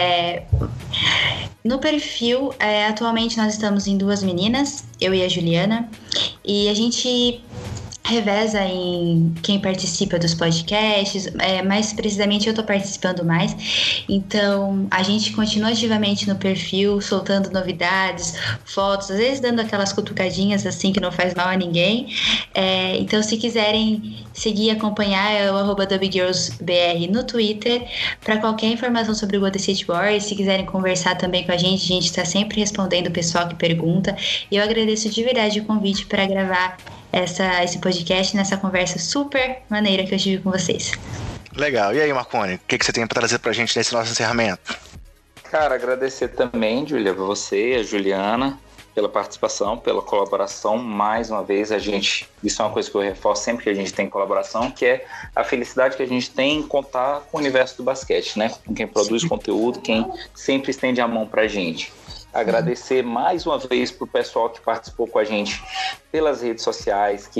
No perfil, atualmente nós estamos em 2 meninas, eu e a Juliana, e a gente reveza em quem participa dos podcasts, mais precisamente eu estou participando mais, então a gente continua ativamente no perfil, soltando novidades, fotos, às vezes dando aquelas cutucadinhas assim que não faz mal a ninguém, então se quiserem seguir e acompanhar é o @dubgirlsbr no Twitter, para qualquer informação sobre o Golden State Warriors, se quiserem conversar também com a gente está sempre respondendo o pessoal que pergunta, e eu agradeço de verdade o convite para gravar esse podcast, nessa conversa super maneira que eu tive com vocês. Legal. E aí, Marconi, o que você tem para trazer pra gente nesse nosso encerramento? Cara, agradecer também, Júlia, você, a Juliana, pela participação, pela colaboração. Mais uma vez, isso é uma coisa que eu reforço sempre que a gente tem colaboração, que é a felicidade que a gente tem em contar com o universo do basquete, né? Com quem produz conteúdo, quem sempre estende a mão pra gente. Agradecer mais uma vez pro pessoal que participou com a gente pelas redes sociais,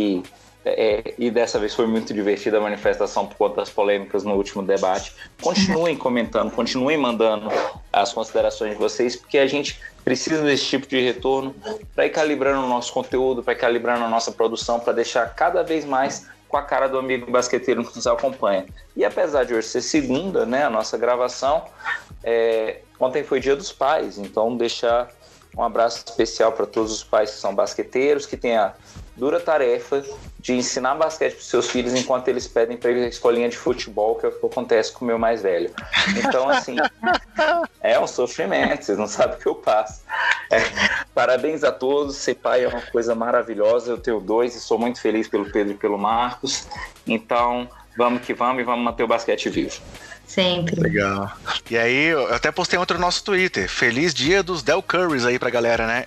e dessa vez foi muito divertida a manifestação por conta das polêmicas no último debate. Continuem comentando, continuem mandando as considerações de vocês, porque a gente precisa desse tipo de retorno para ir calibrando o nosso conteúdo, para ir calibrando a nossa produção, para deixar cada vez mais com a cara do amigo basqueteiro que nos acompanha. E apesar de hoje ser segunda, né, a nossa gravação, ontem foi Dia dos Pais, então deixar um abraço especial para todos os pais que são basqueteiros, que têm a dura tarefa de ensinar basquete para os seus filhos enquanto eles pedem para ir à escolinha de futebol, que é o que acontece com o meu mais velho. Então, assim, é um sofrimento, vocês não sabem o que eu passo. Parabéns a todos, ser pai é uma coisa maravilhosa, eu tenho 2 e sou muito feliz pelo Pedro e pelo Marcos. Então, vamos que vamos e vamos manter o basquete vivo. Sempre. Legal. E aí, eu até postei outro no nosso Twitter. Feliz dia dos Del Currys aí pra galera, né?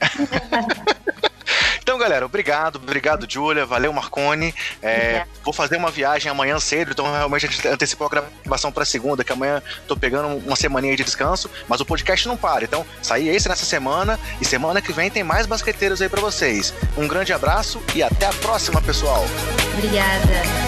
Então, galera, obrigado, Júlia, valeu, Marconi. Vou fazer uma viagem amanhã cedo, então realmente a gente antecipou a gravação pra segunda, que amanhã tô pegando uma semaninha de descanso, mas o podcast não para. Então, sair esse nessa semana, e semana que vem tem mais basqueteiros aí pra vocês. Um grande abraço e até a próxima, pessoal. Obrigada.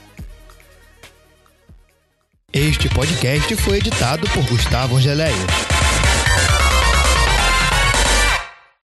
Este podcast foi editado por Gustavo Angeléia.